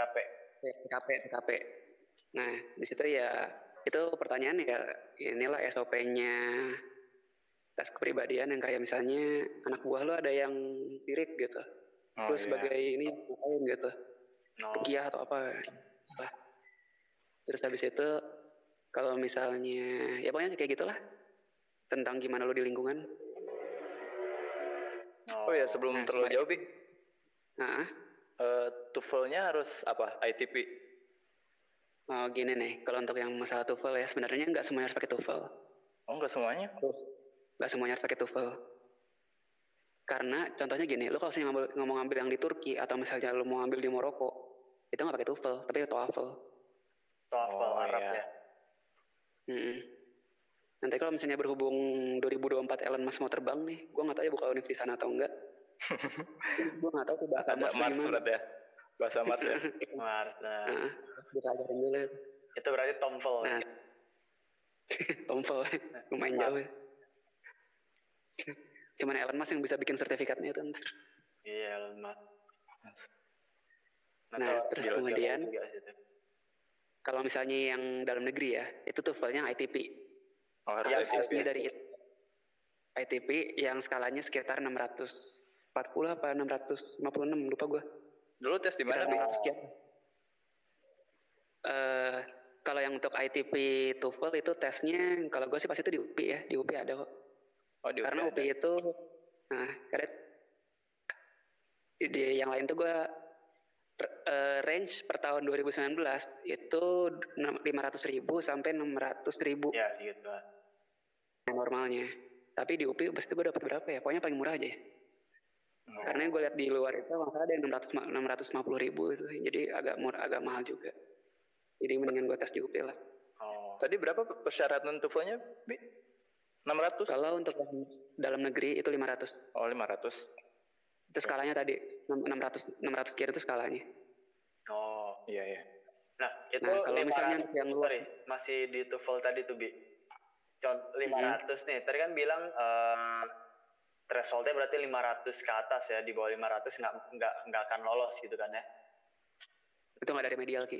Nah, di situ ya itu pertanyaan ya, inilah SOP-nya tes kepribadian yang kayak misalnya anak buah lo ada yang sirik gitu. Terus sebagai ini ngapain gitu. Rukiah atau apa. Lah. Terus habis itu kalau misalnya ya pokoknya kayak gitulah. Tentang gimana lo di lingkungan. Oh ya, sebelum terlalu jauh, Bi. TOEFL-nya harus apa? ITP? Oh gini nih, kalau untuk yang masalah TOEFL ya, sebenarnya nggak semuanya harus pakai TOEFL. Oh, nggak semuanya? Nggak semuanya harus pakai TOEFL. Karena contohnya gini, lu kalau misalnya ngomong ngambil yang di Turki atau misalnya lu mau ngambil di Maroko, itu nggak pakai TOEFL, tapi TOEFL. TOEFL Arab ya. Nanti kalau misalnya berhubung 2024 Elon Musk mau terbang nih, gue nggak tahu ya buka univ di sana atau enggak. Gue nggak tahu tuh bahasa Mars gimana. Ya? Bahasa Mars ya. Mars. Nah, kita ajarin dulu. Itu berarti TOEFL. Nah, TOEFL lumayan jauh. Cuman Elon Musk yang bisa bikin sertifikatnya itu ntar. Iya, Elon Musk. Nah, terus kemudian kalau misalnya yang dalam negeri ya, itu TOEFL-nya ITP. Harus resmi dari ITP yang skalanya sekitar 640 apa 656, lupa gue. Dulu tes di mana? Kalau yang untuk ITP TOEFL itu tesnya, kalau gue sih pasti itu di UPI ya, di UPI ada kok. Karena UPI itu, karena di yang lain tuh gue range per tahun 2019 itu 500.000 sampai 600.000. Ya, gitu. Normalnya. Tapi di UPI pasti gue dapat berapa ya? Pokoknya paling murah aja ya. Karena gue lihat di luar itu masalah ada yang 650.000 itu, jadi agak murah, agak mahal juga. Jadi mendingan gue tes di UPI lah. Tadi berapa persyaratan TOEFL-nya, Bi? 600? Kalau untuk dalam negeri itu 500. Oh, 500. Itu skalanya tadi 600 kira itu skalanya. Oh, iya. Nah, itu kalau misalnya yang luar masih di TOEFL tadi tuh, Bi. 500 nih. Tadi kan bilang thresholdnya berarti 500 ke atas ya, di bawah 500 nggak akan lolos gitu kan ya? Itu nggak dari remedial Ki.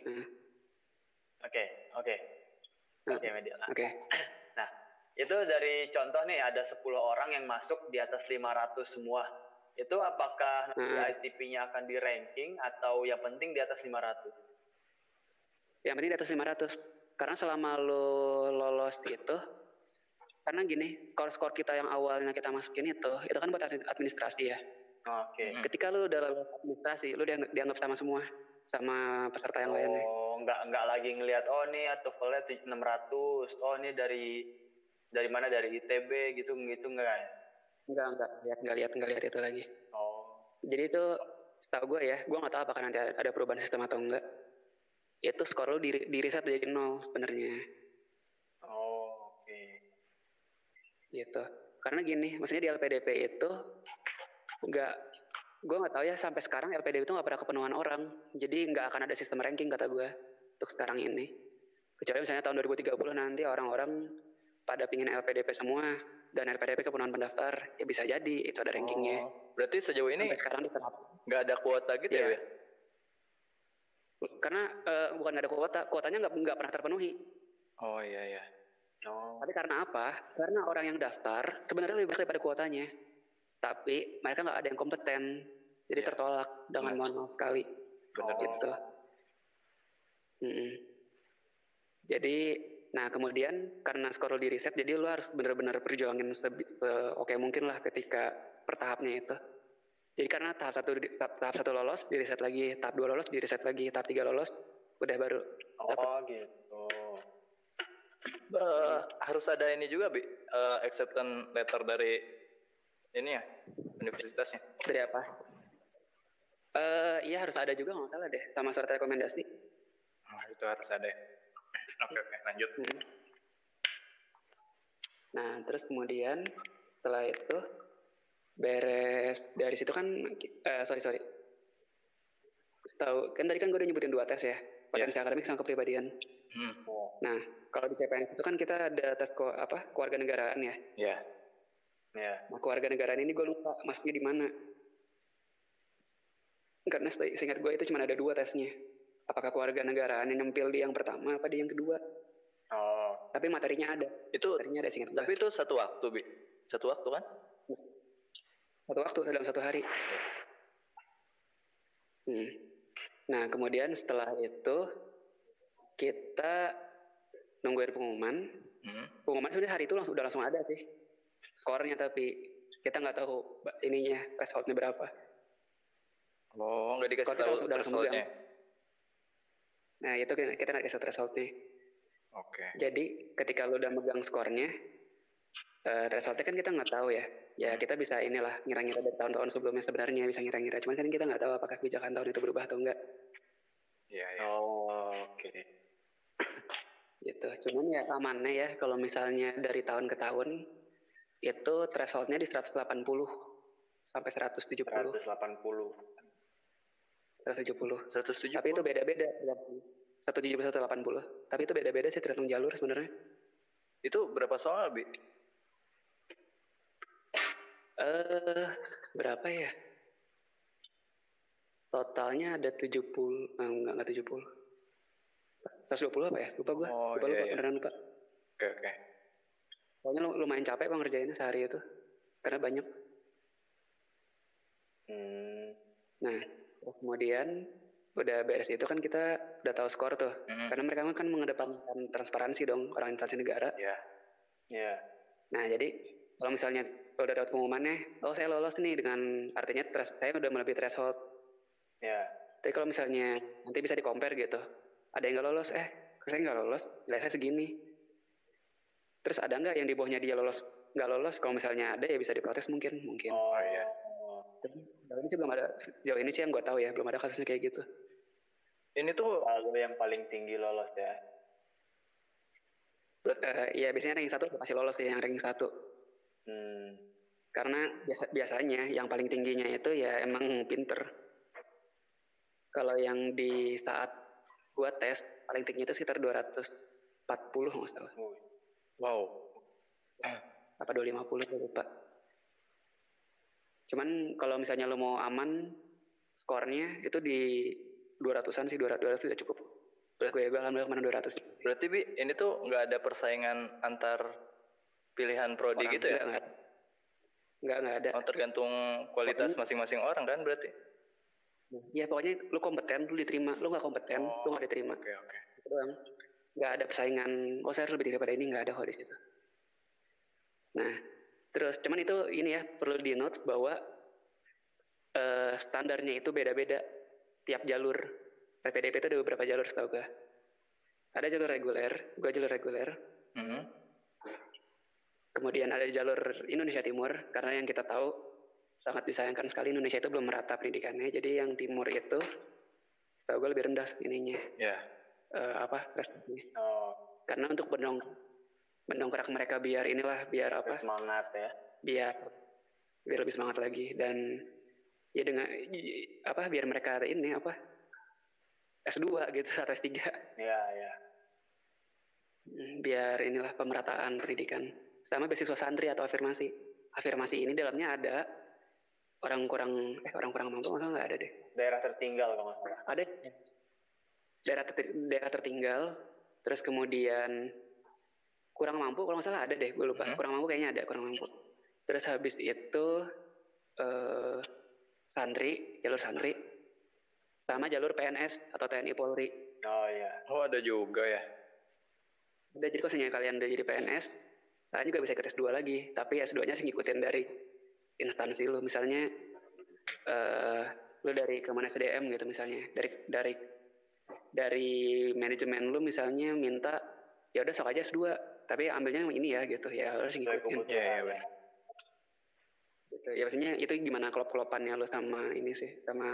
Oke, remedial. Oke. Nah, itu dari contoh nih ada 10 orang yang masuk di atas 500 semua. Itu apakah ITP-nya akan di ranking atau yang penting di atas 500? Yang penting di atas 500. Karena selama lo lolos itu, karena gini, skor-skor kita yang awalnya kita masukin itu kan buat administrasi ya. Oke. Ketika lu udah lulus administrasi, lu dianggap sama semua, sama peserta yang lainnya. Oh, nggak lagi ngelihat nih TOEFL-nya 600. Oh, ini dari mana, dari ITB gitu enggak ya? Enggak lihat itu lagi. Oh. Jadi itu setahu gue ya, gue nggak tahu apakah nanti ada perubahan sistem atau enggak. Itu skor lu di reset jadi 0 sebenarnya. Oh, oke. Gitu. Karena gini, maksudnya di LPDP itu gue nggak tahu ya sampai sekarang LPDP itu nggak pernah kepenuhan orang. Jadi nggak akan ada sistem ranking kata gue untuk sekarang ini. Kecuali misalnya tahun 2030 nanti orang-orang pada pingin LPDP semua dan LPDP kepenuhan pendaftar, ya bisa jadi itu ada rankingnya. Berarti sejauh ini sampai sekarang nggak ada kuota gitu ya? Karena bukan nggak ada kuotanya nggak pernah terpenuhi. Oh iya. Tapi karena apa? Karena orang yang daftar sebenarnya lebih banyak daripada kuotanya, tapi mereka nggak ada yang kompeten, jadi tertolak dengan manual sekali. Gitu. Jadi, nah kemudian karena skor lo di reset, jadi lo harus benar-benar perjuangin oke mungkin lah ketika pertahapnya itu. Jadi karena tahap 1 lolos, di reset lagi, tahap 2 lolos, di reset lagi, tahap 3 lolos, udah baru. Gitu. Harus ada ini juga, Bi, acceptance letter dari ini ya, universitasnya. Dari apa? Iya harus ada juga, nggak salah deh, sama surat rekomendasi. Itu harus ada. Oke, lanjut. Nah, terus kemudian setelah itu beres dari situ kan, sorry. Tahu kan tadi kan gue udah nyebutin 2 tes ya, potensi akademik sama kepribadian. Nah, kalau di CPNS itu kan kita ada tes kewarganegaraan ya. Iya. Nah, kewarganegaraan ini gue lupa masuknya di mana. Karena seingat gue itu cuma ada 2 tesnya. Apakah kewarganegaraan yang nyempil di yang pertama apa di yang kedua? Tapi materinya ada. Materinya ada seingat gue. Tapi itu satu waktu, Bi. Satu waktu kan? Satu waktu dalam 1 hari. Nah, kemudian setelah itu kita nungguin pengumuman. Pengumuman sebenarnya hari itu udah langsung ada sih skornya, tapi kita nggak tahu ininya thresholdnya berapa. Oh, nggak dikasih tahu thresholdnya. Nah, itu kita nggak kasih thresholdnya. Oke. Jadi ketika lu udah megang skornya, thresholdnya kan kita nggak tahu ya. Ya kita bisa inilah ngira-ngira dari tahun-tahun sebelumnya sebenarnya bisa ngira-ngira. Cuman kan kita nggak tahu apakah kebijakan tahun itu berubah atau enggak. Iya. Oh, oke. Gitu. Cuman ya amannya ya kalau misalnya dari tahun ke tahun itu thresholdnya di 180 sampai 170. 180. 170. Tapi itu beda-beda. 170 180. Tapi itu beda-beda sih tergantung jalur sebenarnya. Itu berapa soal, Bi? Berapa ya? Totalnya ada 70, enggak 70. 120 apa ya? Lupa gue. Lupa, beneran lupa. Oke. Soalnya lumayan capek kok ngerjainnya sehari itu. Karena banyak. Nah, terus kemudian udah beres itu kan kita udah tahu skor tuh. Karena mereka kan mengedepankan transparansi dong, orang instansi negara. Iya. Nah, jadi kalau misalnya udah dapat pengumumannya, oh saya lolos nih dengan artinya saya udah melebihi threshold. Ya. Tapi kalau misalnya nanti bisa di-compare gitu, ada yang nggak lolos, saya nggak lolos, nilai saya segini. Terus ada nggak yang di bawahnya dia lolos, nggak lolos? Kalau misalnya ada ya bisa diprotes mungkin. Oh iya. Tapi sejauh ini sih belum ada, sejauh ini sih yang gue tahu ya, belum ada kasusnya kayak gitu. Ini tuh lalu yang paling tinggi lolos ya? Iya biasanya ranking 1 pasti lolos ya, yang ranking 1. Karena biasanya yang paling tingginya itu ya emang pinter. Kalau yang di saat gua tes paling tinggi itu sekitar 240 nggak salah. Wow. Apa 250 gue lupa. Cuman kalau misalnya lo mau aman skornya itu di 200-an sih, 200 udah cukup. Gue alhamdulillah kemana 200. Berarti Bi, ini tuh nggak ada persaingan antar pilihan prodi gitu ya? Nggak ada. Oh, tergantung kualitas masing-masing orang kan berarti? Ya pokoknya lu kompeten, lu diterima. Lu nggak kompeten, lu nggak diterima. Oke. Itu doang. Nggak ada persaingan, saya harus lebih tinggi daripada ini, nggak ada kok di situ. Nah, terus cuman itu ini ya, perlu di-note bahwa standarnya itu beda-beda tiap jalur. PDP itu ada beberapa jalur setahu gue. Ada jalur reguler, gue jalur reguler. Kemudian ada jalur Indonesia Timur, karena yang kita tahu sangat disayangkan sekali Indonesia itu belum merata pendidikannya. Jadi yang timur itu setahu gue lebih rendah ininya. Prestasinya. Karena untuk mendongkrak mereka biar semangat ya. Biar lebih semangat lagi, dan ya dengan biar mereka ini S2 gitu atau S3. Iya. Biar inilah pemerataan pendidikan. Sama beasiswa santri atau afirmasi. Afirmasi ini dalamnya ada orang kurang mampu, masa nggak ada deh. Daerah tertinggal kalau nggak salah. Ada daerah tertinggal, terus kemudian kurang mampu kalau nggak salah ada deh, gue lupa. Kurang mampu kayaknya ada, kurang mampu. Terus habis itu jalur santri, sama jalur PNS atau TNI Polri. Oh iya. Oh ada juga ya. Udah, jadi kalau misalnya kalian udah jadi PNS, kalian juga bisa ikut S2 lagi, tapi S2-nya sih ngikutin dari instansi lu. Misalnya lu dari Kementerian SDM gitu misalnya, dari manajemen lu misalnya minta ya udah sok aja S2, tapi ambilnya ini ya gitu, ya harus ngikutin. Iya. Gitu. Ya biasanya itu gimana klop-klopannya lu sama ini sih, sama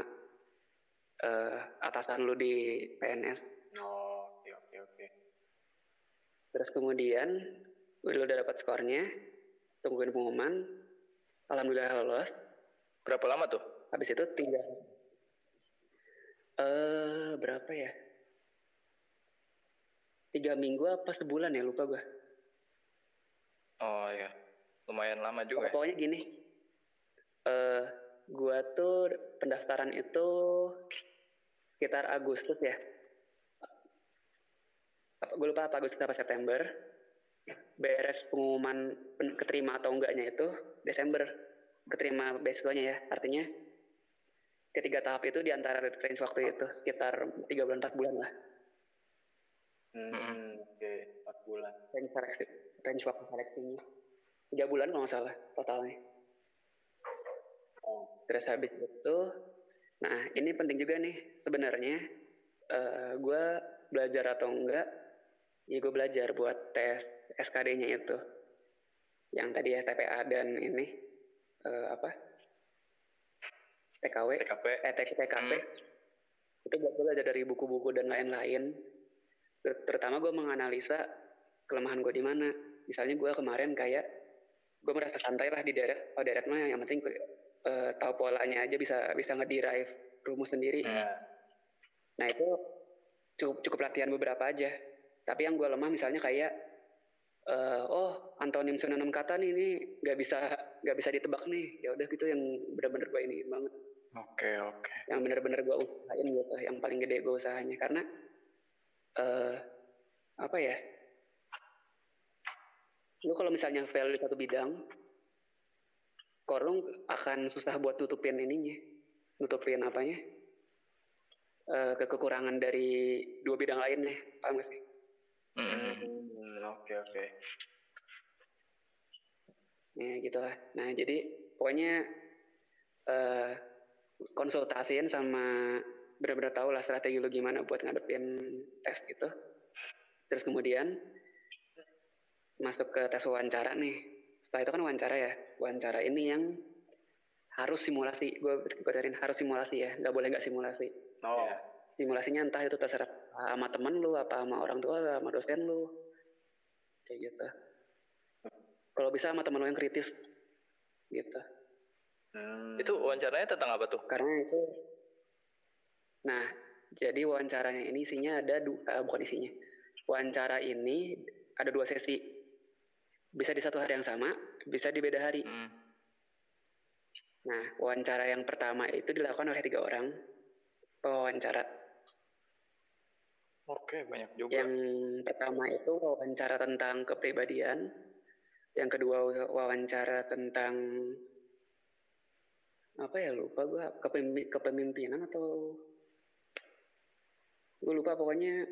atasan lu di PNS. Oke. Terus kemudian lu udah dapat skornya, tungguin pengumuman, alhamdulillah lolos. Berapa lama tuh? Habis itu tinggal berapa ya? 3 minggu apa sebulan ya, lupa gue. Oh iya, lumayan lama juga. Pokoknya gini, gue tuh pendaftaran itu sekitar Agustus ya. Gue lupa apa Agustus apa September. Beres pengumuman keterima atau enggaknya itu Desember, keterima beasiswanya ya. Artinya ketiga tahap itu di antara range waktu itu sekitar 3 bulan 4 bulan lah. Oke, 4 bulan. Range waktu seleksinya 3 bulan kalau nggak salah totalnya. Terus habis itu, nah ini penting juga nih sebenarnya. Gue belajar atau enggak, ya gue belajar buat tes SKD-nya itu. yang tadi ya TPA dan ini TKP. Itu gue belajar dari buku-buku dan lain-lain. Terutama gue menganalisa kelemahan gue di mana. Misalnya gue kemarin kayak gue merasa santai lah di deret. Oh deret mah yang penting tahu polanya aja bisa ngederive rumus sendiri. Nah itu cukup latihan beberapa aja. Tapi yang gue lemah misalnya kayak antonim sinonim kata nih ini nggak bisa ditebak nih. Ya udah gitu yang benar-benar gue ini banget. Oke. Yang benar-benar gue usahain gitu, yang paling gede gue usahanya karena lu kalau misalnya fail di satu bidang, skor lu akan susah buat nutupin kekurangan dari dua bidang lainnya, paham gak sih? Oke. Ya gitulah. Nah jadi pokoknya konsultasiin sama benar-benar tahu lah strategi lu gimana buat ngadepin tes gitu. Terus kemudian masuk ke tes wawancara nih. Setelah itu kan wawancara ya. Wawancara ini yang harus simulasi. Gue cariin harus simulasi ya. Nggak boleh nggak simulasi. Ya. Simulasinya entah itu terserah sama temen lu, apa sama orang tua, sama dosen lu. Kayak gitu. Kalau bisa sama temen lu yang kritis. Gitu. Itu wawancaranya tentang apa tuh? Karena itu. Nah, jadi wawancaranya ini isinya ada bukan isinya. Wawancara ini ada 2 sesi. Bisa di satu hari yang sama, bisa di beda hari. Nah, wawancara yang pertama itu dilakukan oleh 3 orang pewawancara. Oke, banyak juga. Yang pertama itu wawancara tentang kepribadian. Yang kedua wawancara tentang lupa gue, kepemimpinan atau gue lupa pokoknya.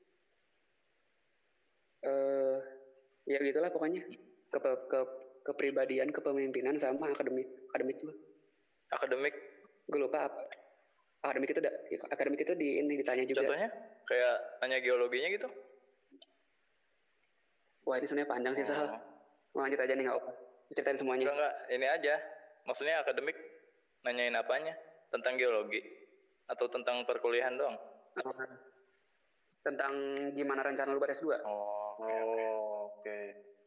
Ya gitulah pokoknya kepribadian, kepemimpinan sama akademik juga. Akademik? Gue lupa apa. Akademik itu ditanya juga. Contohnya kayak tanya geologinya gitu? Wah ini sebenarnya panjang sih Sal. Lanjut aja nih nggak apa. Ceritain semuanya. Enggak, ini aja. Maksudnya akademik nanyain apanya? Tentang geologi atau tentang perkuliahan doang? Tentang gimana rencana lu buat S2. Oke.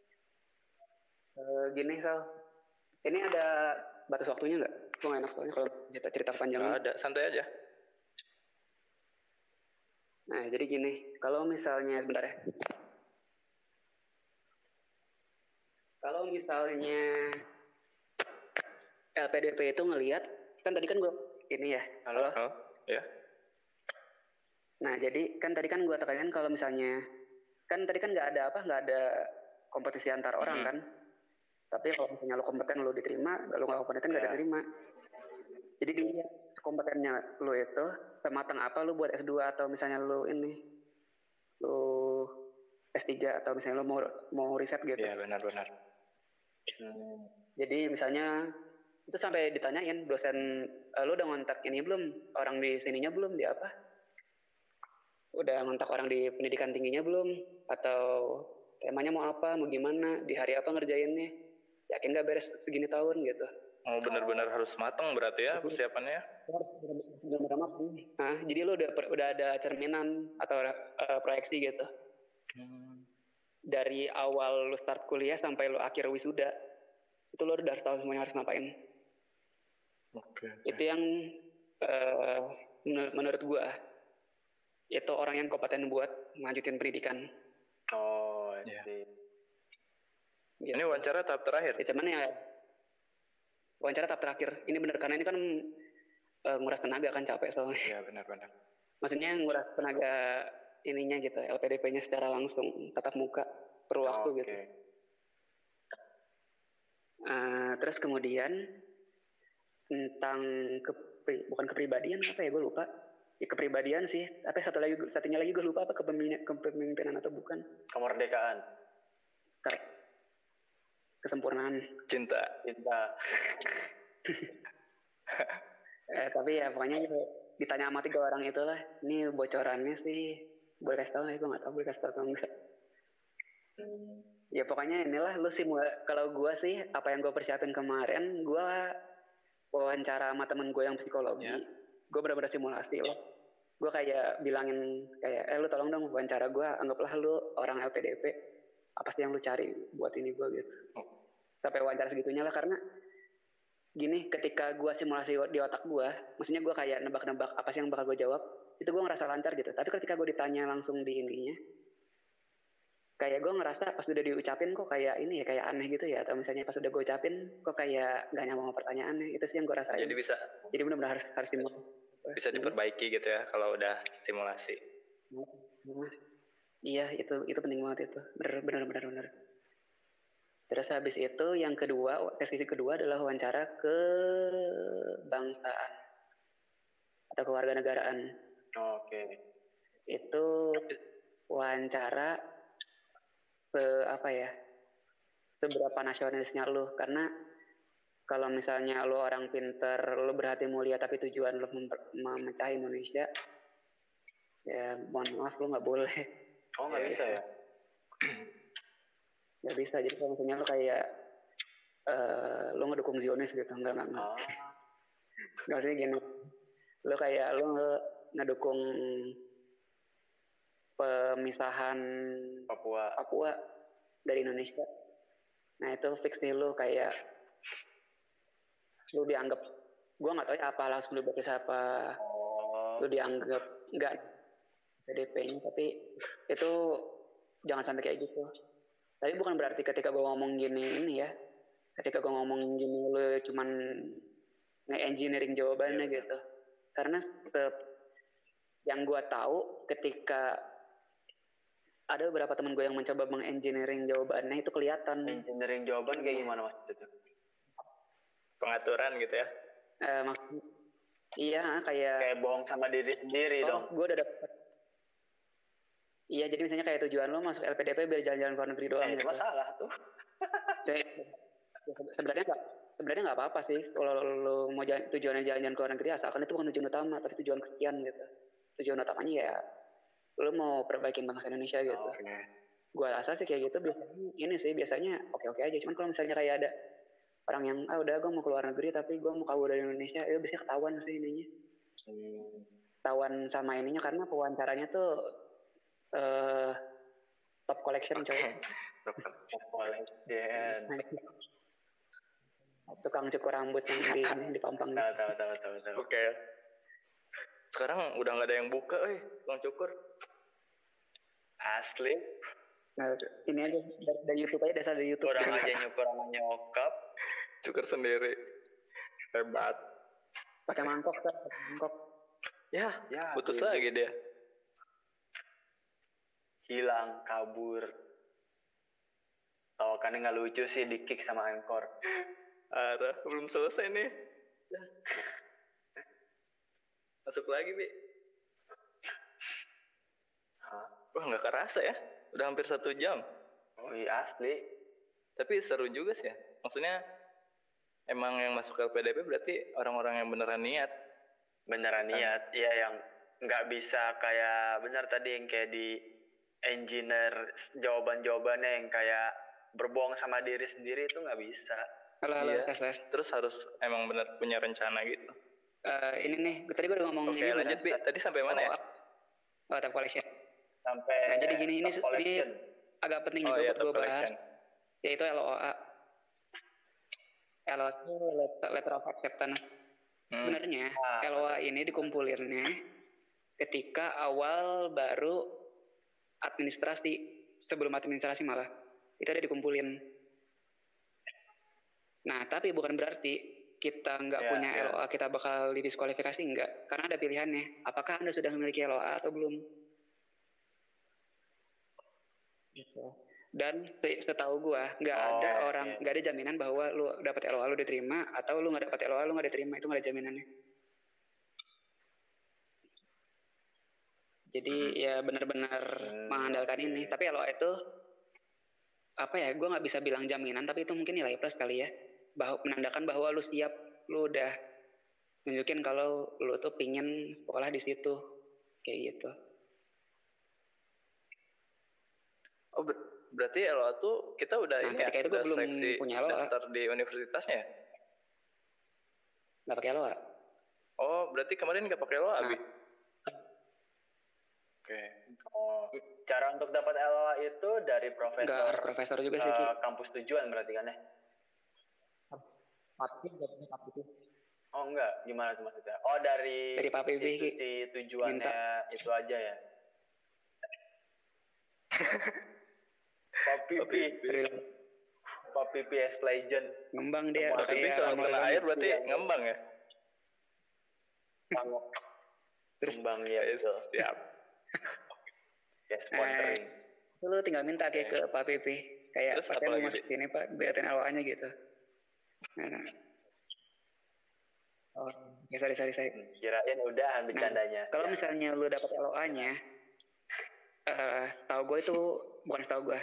Gini Sal, ini ada batas waktunya nggak? Gue nggak enak soalnya kalau cerita kepanjangan. Nggak ada, santai aja. Nah jadi gini, kalau misalnya sebentar ya. Kalau misalnya LPDP itu ngelihat, kan tadi kan gue ini ya. Halo? Ya. Nah jadi kan tadi kan gue tekankan kalau misalnya kan tadi kan nggak ada kompetisi antar orang kan. Tapi kalau misalnya lo kompeten lo diterima, kalau nggak kompeten nggak diterima. Jadi dilihat kompetennya lo itu sematang apa lo buat S2 atau misalnya lo S3 atau misalnya lo mau riset gitu. Iya benar. Jadi misalnya itu sampai ditanyain dosen lo udah ngontak ini belum, orang di sininya belum, di apa? Udah ngontak orang di pendidikan tingginya belum, atau temanya mau apa, mau gimana, di hari apa ngerjainnya, yakin gak beres segini tahun gitu. Benar-benar harus matang berarti ya persiapannya. Benar-benar matang. Nah jadi lo udah ada cerminan atau proyeksi gitu. Dari awal lo start kuliah sampai lo akhir wisuda itu lo udah tahu semuanya harus ngapain. Oke. Itu yang menurut gua itu orang yang kompeten buat lanjutin pendidikan. Iya. Gitu. Ini wawancara tahap terakhir. Ya, cuman ya wawancara tahap terakhir. Ini bener karena ini kan nguras tenaga kan, capek soalnya. Iya benar. Maksudnya nguras tenaga ininya gitu, LPDP-nya secara langsung tatap muka per waktu gitu. Terus kemudian tentang bukan kepribadian apa ya, gue lupa. Ya, kepribadian sih. Tapi satunya lagi gue lupa apa, kepemimpinan atau bukan. Kemerdekaan. Kesempurnaan. Cinta. Tapi ya pokoknya ditanya sama 3 orang itulah. Ini bocorannya sih boleh kasih tau nggak? Gue nggak tahu boleh kasih tau atau enggak. Ya pokoknya inilah lu kalau gue sih apa yang gue persiapin kemarin, gue wawancara sama temen gue yang psikologi, gue benar-benar simulasi loh. Gue kayak bilangin kayak lu tolong dong wawancara gue, anggaplah lu orang LPDP, apa sih yang lu cari buat ini gue gitu. Sampai wawancara segitunya lah, karena gini, ketika gue simulasi di otak gue, maksudnya gue kayak nebak-nebak apa sih yang bakal gue jawab, itu gue ngerasa lancar gitu. Tapi ketika gue ditanya langsung di ininya, kayak gue ngerasa pas udah diucapin kok kayak ini ya, kayak aneh gitu ya. Atau misalnya pas udah gue ucapin kok kayak gak nyambung sama pertanyaannya. Itu sih yang gue rasain. Jadi benar-benar harus simulasi. Bisa diperbaiki gitu ya kalau udah simulasi. Iya, itu penting banget itu. Benar. Terus habis itu yang kedua, sesi kedua adalah wawancara kebangsaan atau kewarganegaraan. Oke. Itu wawancara seberapa nasionalisnya lu, karena kalau misalnya lu orang pinter, lu berhati mulia tapi tujuan lu memecah Indonesia, ya mohon maaf lu nggak boleh. Oh nggak bisa ya? Nggak bisa. Jadi kalau misalnya lu kayak lu ngedukung Zionis gitu, nggak. Nggak sih gini, lu kayak lu ngedukung pemisahan Papua dari Indonesia. Nah itu fix nih, lu kayak lu dianggap, gue nggak tahu ya apa langsung lu bagi siapa, lu dianggap nggak PDP-nya, tapi itu jangan sampai kayak gitu. Tapi bukan berarti ketika gue ngomong gini ini ya, ketika gue ngomong gini lu cuman nge-engineering jawabannya gitu. Karena yang gue tahu ketika ada beberapa teman gue yang mencoba mengengineering jawabannya, itu kelihatan. Engineering jawaban kayak gimana mas itu? Pengaturan gitu ya? Maksudnya, iya kayak bohong sama diri sendiri dong. Gue udah dapet. Iya, jadi misalnya kayak tujuan lo masuk LPDP biar jalan-jalan ke luar negeri doang gitu. Itu masalah tuh. Sebenarnya nggak apa-apa sih kalau lo mau tujuannya jalan-jalan ke luar negeri, asalkan itu bukan tujuan utama tapi tujuan kesekian gitu. Tujuan utamanya ya lo mau perbaikin bangsa Indonesia gitu. Gue rasa sih kayak gitu biasanya oke-oke aja. Cuman kalau misalnya kayak ada orang yang udah gue mau ke luar negeri tapi gue mau kabur dari Indonesia, itu biasanya ketahuan sih ininya. Ketahuan sama ininya karena pewawancaranya tuh top collection coy. Top collection. Tukang cukur rambut yang di Pampang. Tahu. Oke. Sekarang udah nggak ada yang buka, tukang cukur. Asli. Nah, ini aja dari YouTube aja, dasar dari YouTube. Orang aja nyukur sama nyokap, cukur sendiri. Hebat. Pakai mangkok. Ya, putus lagi dia. Hilang, kabur. Tawakannya nggak lucu sih, di kick sama Anchor. Belum selesai nih. Masuk lagi, Bi. Wah, nggak kerasa ya. Udah hampir 1 jam. Oh iya, asli. Tapi seru juga sih ya. Maksudnya, emang yang masuk ke LPDP berarti orang-orang yang beneran niat. Iya, yang nggak bisa kayak benar tadi yang kayak di engineer jawaban-jawabannya yang kayak berbohong sama diri sendiri, itu nggak bisa. Tes. Terus harus emang benar punya rencana gitu. Ini nih, tadi gue udah ngomong ini. Oke, lanjut Bi. Tadi sampai mana ya? Top collection. Sampai. Nah, jadi gini, ini agak penting juga buat gue bahas, yaitu LOA. LOA itu Letter of Acceptance. Sebenarnya LOA ini dikumpulinnya ketika awal baru administrasi, sebelum administrasi malah itu ada dikumpulin. Nah, tapi bukan berarti kita nggak punya LOA kita bakal didiskualifikasi, enggak. Karena ada pilihannya. Apakah Anda sudah memiliki LOA atau belum? Dan setahu gue nggak ada jaminan bahwa lu dapat LOA lu diterima atau lu nggak dapat LOA lu nggak diterima, itu nggak ada jaminannya. Jadi ya benar-benar mengandalkan ini. Tapi LOA itu gue nggak bisa bilang jaminan, tapi itu mungkin nilai plus kali ya, menandakan bahwa lu siap, lu udah nunjukin kalau lu tuh pingin sekolah di situ kayak gitu. Berarti LOA tuh kita udah Nah, ini ya, ketika itu gue udah belum seleksi punya LOA. daftar di universitasnya. Nggak pakai LOA. Oh, berarti kemarin nggak pakai LOA, Bi? Oke. Oh, cara untuk dapat LOA itu dari Nggak harus profesor juga sih, Ki. kampus tujuan berarti kan ya? Oh enggak, gimana tuh maksudnya? Oh dari Pak PB, institusi tujuannya itu aja ya? Pak Pipi S Legend. Ngembang dia. Pak Pipi kalau kena air berarti ngembang ya? Terus ngembang ya itu. Siap. Ya sponsoring. Lu tinggal minta kayak ke Pak Pipi. Kayak Pak mau masuk sini Pak, biarin LOA-nya gitu. Nah. Oh, ya sorry. Kirain udah bercandanya. Kalau misalnya lu dapat LOA-nya, setahu gue itu bukan setahu gue.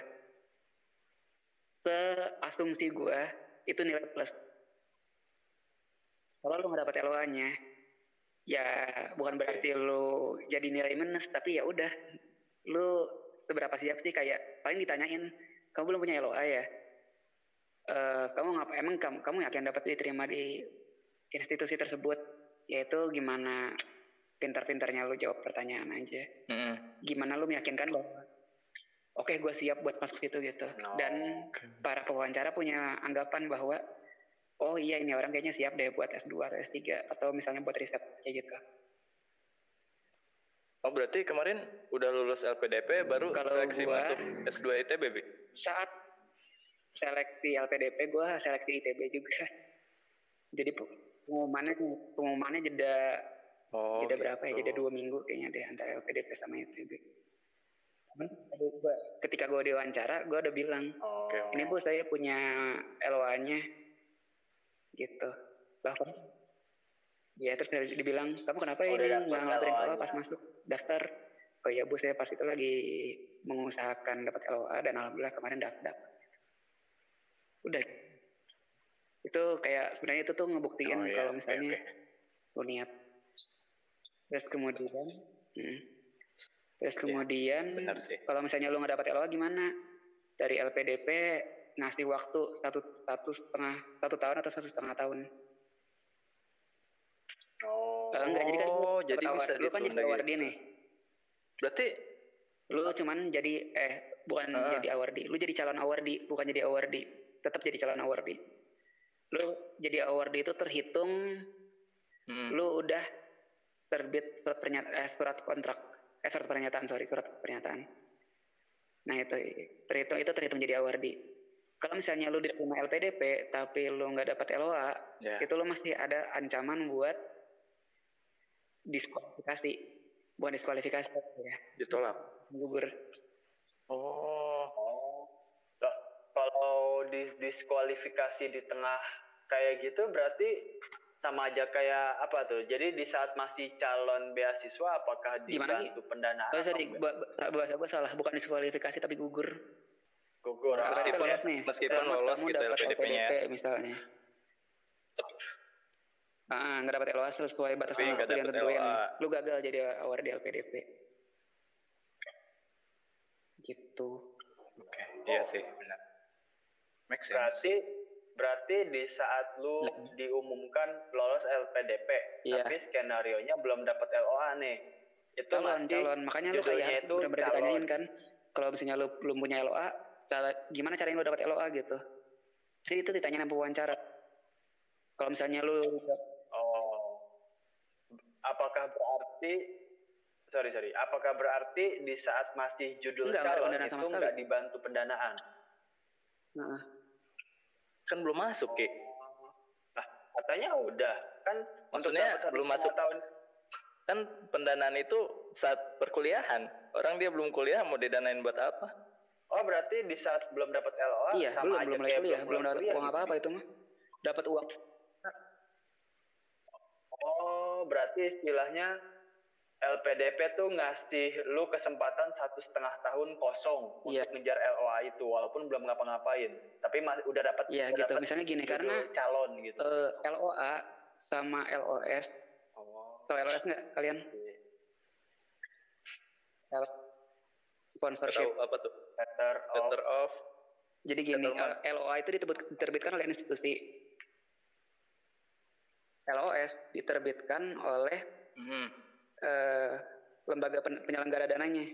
Seasumsi gue itu nilai plus. Kalau lu nggak dapat LOA-nya, ya bukan berarti lu jadi nilai minus, tapi ya udah, lu seberapa siap sih, kayak paling ditanyain, kamu belum punya LOA ya? Kamu yakin dapat diterima di institusi tersebut? Yaitu gimana pintar-pintarnya lu jawab pertanyaan aja. Gimana lu meyakinkan bahwa oke, gue siap buat masuk situ gitu. Dan para pewawancara punya anggapan bahwa oh iya, ini orang kayaknya siap deh buat S2 atau S3 atau misalnya buat riset kayak gitu. Oh berarti kemarin udah lulus LPDP baru seleksi masuk S2 ITB, Bi? Saat seleksi LPDP gue seleksi ITB juga. Jadi pengumumannya jeda berapa ya? Jeda 2 minggu kayaknya deh antara LPDP sama ITB. Ketika gue diwawancara, gue udah bilang, ini Bu saya punya LOA-nya, gitu. Bahkan, ya terus dibilang, kamu kenapa ini nggak ngelaporin LOA pas masuk daftar? Oh iya Bu, saya pas itu lagi mengusahakan dapat LOA dan alhamdulillah kemarin dapat. Udah. Itu kayak sebenarnya itu tuh ngebuktiin kalau misalnya lu niat. Terus kemudian kalau misalnya lu nggak dapat LOA gimana? Dari LPDP ngasih waktu satu tahun atau 1,5 tahun. Enggak, jadi kan jadi bisa lu kan jadi awardee gitu. nih. Berarti lu cuman jadi jadi awardee, lu jadi calon awardee, bukan jadi awardee, tetap jadi calon awardee. Lu jadi awardee itu terhitung lu udah terbit surat pernyataan. Nah itu terhitung jadi awardee. Kalau misalnya lu diterima LPDP tapi lu nggak dapat LOA, itu lu masih ada ancaman buat diskualifikasi. Bukan diskualifikasi ya. Ditolak. Gugur. Kalau diskualifikasi di tengah kayak gitu berarti sama aja kayak apa tuh? Jadi di saat masih calon beasiswa apakah dibantu pendanaan? Bahasa gue salah, bukan diskualifikasi tapi gugur. Meskipun lolos gitu LPDP-nya. Misalnya. Nggak dapat LOA sesuai batas waktu yang tentuin. Lu gagal jadi awardee LPDP. Gitu. Oke, iya sih, benar. Make sense. Berarti di saat lu diumumkan lolos LPDP, tapi skenario-nya belum dapat LOA nih. Itu calon. Makanya lu kayak harus benar-benar ditanyain kan. Kalau misalnya lu belum punya LOA, gimana caranya lu dapat LOA gitu. Jadi itu ditanyain sama pewawancara. Kalau misalnya lu Apakah berarti di saat masih judul calon itu nggak dibantu pendanaan? Kan belum masuk, Ki. Nah, katanya udah. Kan maksudnya belum masuk tahun. Kan pendanaan itu saat perkuliahan. Orang dia belum kuliah mau didanain buat apa? Oh, berarti di saat belum dapat LOA sama aja belum kuliah, belum dapat uang apa-apa itu mah. Dapat uang. Oh, berarti istilahnya LPDP tuh ngasih lu kesempatan 1,5 tahun kosong untuk ngejar LOA itu walaupun belum ngapa-ngapain, tapi udah dapat. Iya gitu. Misalnya gini, karena calon gitu. LOA sama LOS. Tahu LOS nggak kalian? Sponsorship. Tahu apa tuh? letter of Jadi gini, settlement. LOA itu diterbitkan oleh institusi. LOS diterbitkan oleh lembaga penyelenggara dananya.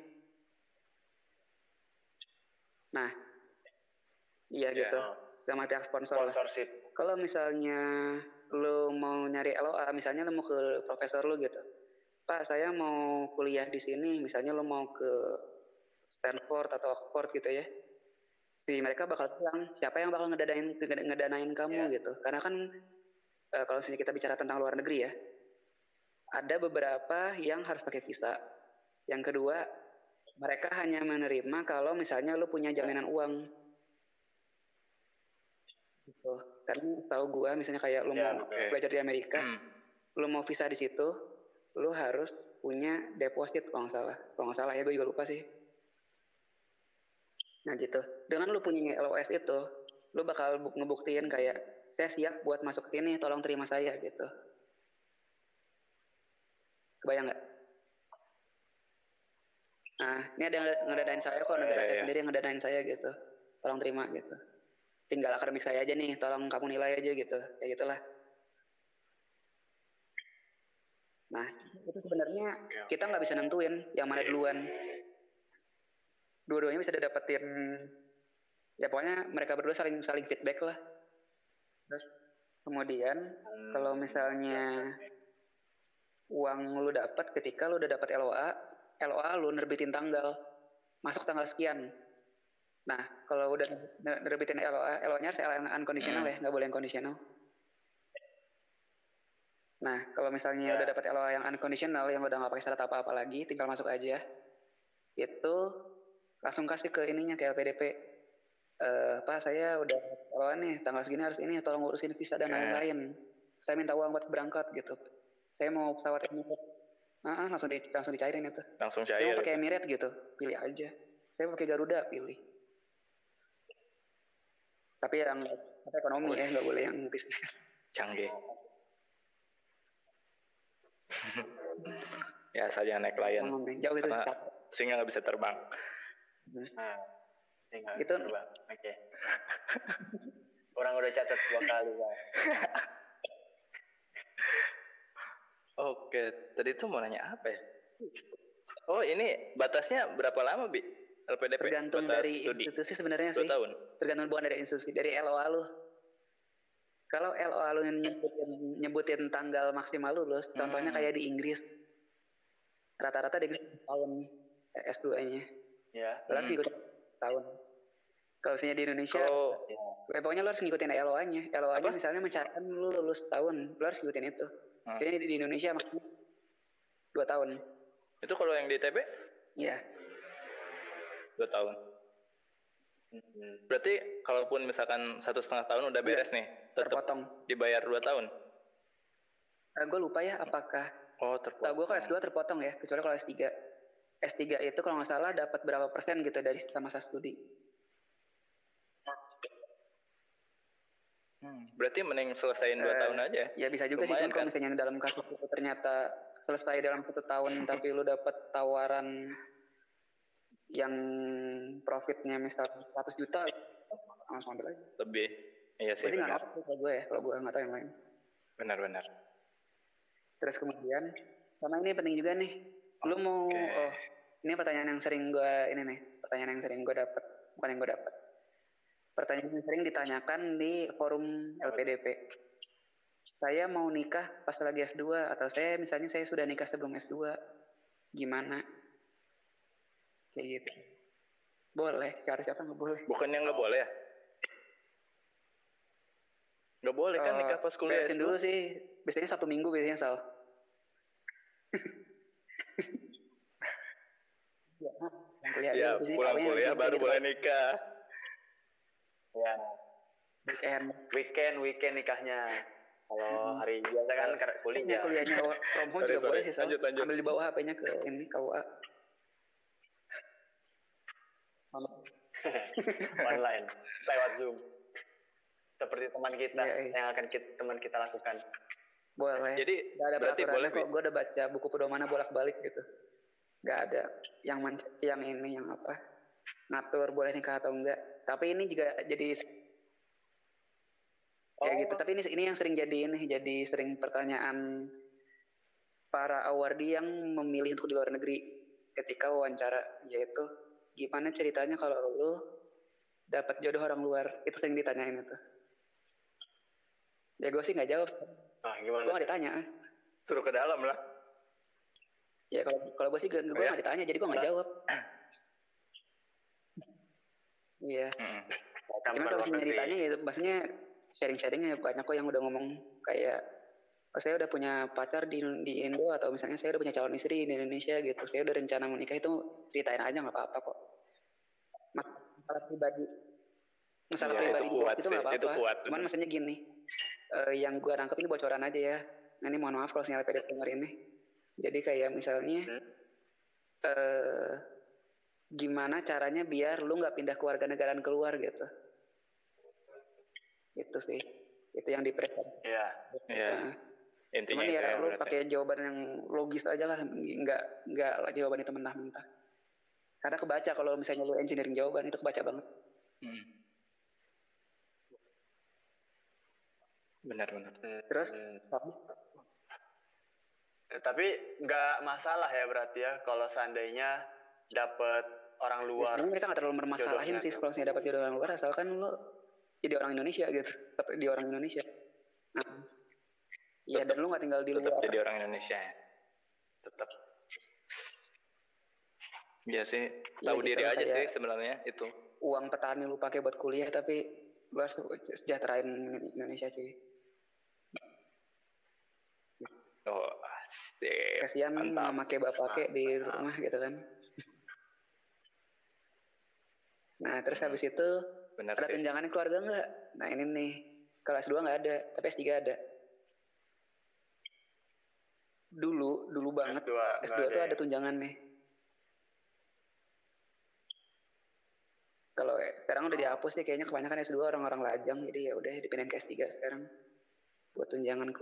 Nah, iya gitu. Sama pihak sponsorship. Kalau misalnya lu mau nyari LOA, misalnya lu mau ke profesor lu gitu, Pak, saya mau kuliah di sini, misalnya lu mau ke Stanford atau Oxford gitu ya, mereka bakal bilang siapa yang bakal ngedanain kamu gitu. Karena kan kalau misalnya kita bicara tentang luar negeri ya, ada beberapa yang harus pakai visa. Yang kedua, mereka hanya menerima kalau misalnya lu punya jaminan uang. Gitu. Karena setahu gue, misalnya kayak lu mau belajar di Amerika, lu mau visa di situ, lu harus punya deposit kalau nggak salah ya, gue juga lupa sih. Nah gitu, dengan lu punya LOS itu, lu bakal ngebuktiin kayak saya siap buat masuk ke sini, tolong terima saya gitu. Kebayang nggak? Nah, ini ada yang ngedanain saya kok, negara saya sendiri yang ngedanain saya gitu, tolong terima gitu. Tinggal akademik saya aja nih, tolong kamu nilai aja gitu, kayak gitulah. Nah, itu sebenarnya kita nggak bisa nentuin yang mana duluan. Dua-duanya bisa didapetin, ya pokoknya mereka berdua saling feedback lah. Terus kemudian kalau misalnya uang lu dapat ketika lu udah dapat LOA lu nerbitin tanggal, masuk tanggal sekian. Nah, kalau udah nerbitin LOA-nya harus yang unconditional ya, nggak boleh yang conditional. Nah, kalau misalnya udah dapat LOA yang unconditional, yang udah nggak pakai syarat apa-apa lagi, tinggal masuk aja. Itu langsung kasih ke ininya, ke LPDP. Pak, saya udah LOA nih, tanggal segini harus ini, tolong urusin visa dan lain-lain. Saya minta uang buat berangkat gitu. Saya mau pesawat Emirates. Langsung dicairin itu. Langsung cair. Saya mau pakai Emirates gitu, pilih aja. Saya mau pakai Garuda, pilih. Tapi yang ekonomi ya, nggak boleh yang bisnis. Canggih. Ya asal jangan naik Lion. Jauh itu. Sehingga nggak bisa terbang. Itu terbang. Oke. Orang udah catat 2 kali kan. Oke, tadi tuh mau nanya apa ya? Oh ini batasnya berapa lama Bi? LPDP? Tergantung batas dari studi. institusi sebenarnya 2 sih. tahun. Tergantung bukan dari institusi, dari LOA lu. Kalau LOA lu nyebutin tanggal maksimal lulus, contohnya kayak di Inggris, rata-rata di Inggris tahun S2-nya. Ya. Lu harus ngikutin tahun. Kalau misalnya di Indonesia, pokoknya lu harus ngikutin LOA-nya. LOA-nya misalnya mencatatkan lu lulus tahun, lu harus ngikutin itu. Jadi di Indonesia maksudnya 2 tahun. Itu kalau yang di ITB? Iya. 2 tahun. Berarti kalaupun misalkan 1,5 tahun udah beres nih, tetap terpotong. Dibayar 2 tahun? Gue lupa ya apakah. Terpotong. Tahu gue kalau S2 terpotong ya, kecuali kalau S3. S3 itu kalau nggak salah dapat berapa persen gitu dari masa studi. Berarti mending selesaiin 2 tahun aja. Ya bisa juga sih, kalau misalnya dalam kasus itu ternyata selesai dalam 1 tahun tapi lu dapat tawaran yang profitnya misalnya 100 juta, langsung ambil aja. Lebih. Iya sih. Gue sih nggak ngerti kalau gue nggak tahu yang lain. Benar. Terus kemudian sama ini penting juga nih. Lu mau ini pertanyaan yang sering gue dapat, bukan yang gue dapat. Pertanyaan yang sering ditanyakan di forum LPDP. Saya mau nikah pas lagi S2 atau misalnya saya sudah nikah sebelum S2. Gimana? Kayak gitu. Boleh, siapa nggak boleh. Bukannya nggak boleh ya? Nggak boleh kan nikah pas kuliah S2? Dulu sih, biasanya 1 minggu biasanya Sal. Ya, pulang kuliah baru boleh nikah. Ya. Weekend nikahnya. Kalau hari biasa kan kuliah. Kuliahnya from home juga boleh sih, Sal. Lanjut. Ambil di bawah HP-nya ke ini KUA. Online, lewat Zoom. Seperti teman kita yang akan teman kita lakukan. Boleh. Jadi gak ada berarti boleh kok. Gue udah baca buku pedomannya bolak-balik gitu. Gak ada yang ini yang apa. ngatur boleh nikah atau enggak. Tapi ini juga jadi ya gitu. Tapi ini yang sering jadi sering pertanyaan para awardee yang memilih untuk di luar negeri ketika wawancara, yaitu gimana ceritanya kalau lu dapat jodoh orang luar. Itu sering ditanyain itu. Ya gue sih nggak jawab. Gimana? Gue nggak ditanya. Suruh ke dalam lah. Ya kalau gue sih gue nggak ditanya, jadi gue nggak jawab. Iya. Cuman kalau misalnya ditanya ya maksudnya sharing-sharingnya banyak kok yang udah ngomong kayak saya udah punya pacar di Indo atau misalnya saya udah punya calon istri di Indonesia gitu. Saya udah rencana menikah, itu ceritain aja nggak apa-apa kok. Masalah pribadi itu nggak apa-apa. Cuman maksudnya gini, yang gue nangkep ini bocoran aja ya. Nah, ini mohon maaf kalau sinyal PD denger ini. Jadi kayak misalnya gimana caranya biar lu nggak pindah keluarga negaraan keluar gitu. Itu sih, itu yang diperiksa. Iya. Intinya cuman ya lu berarti pakai jawaban yang logis aja lah, nggak jawaban itu mentah-mentah. Karena kebaca kalau misalnya lu engineering jawaban itu kebaca banget. Benar. Terus tapi nggak masalah ya berarti ya kalau seandainya dapat orang luar. Ya, mereka nggak terlalu bermasalahin sih kalau misalnya dapat jodoh orang luar, asalkan lu jadi orang Indonesia gitu, tetap di orang Indonesia. Nah, iya, dan lu nggak tinggal di luar. Tetap jadi orang Indonesia ya. Tetap. Ya sih, tahu ya, diri aja sih sebenarnya itu. Uang petani lu pakai buat kuliah, tapi lu harus sejahterain Indonesia cuy. Oh, asik. Kasihan memakai bapak di rumah gitu kan. Nah, terus habis itu ada tunjangan keluarga nggak? Nah ini nih, kalau S2 nggak ada, tapi S3 ada. Dulu banget, S2 tuh ada tunjangan nih. Kalau sekarang udah dihapus nih, kayaknya kebanyakan S2 orang-orang lajang, jadi ya udah dipindahin ke S3 sekarang buat tunjangan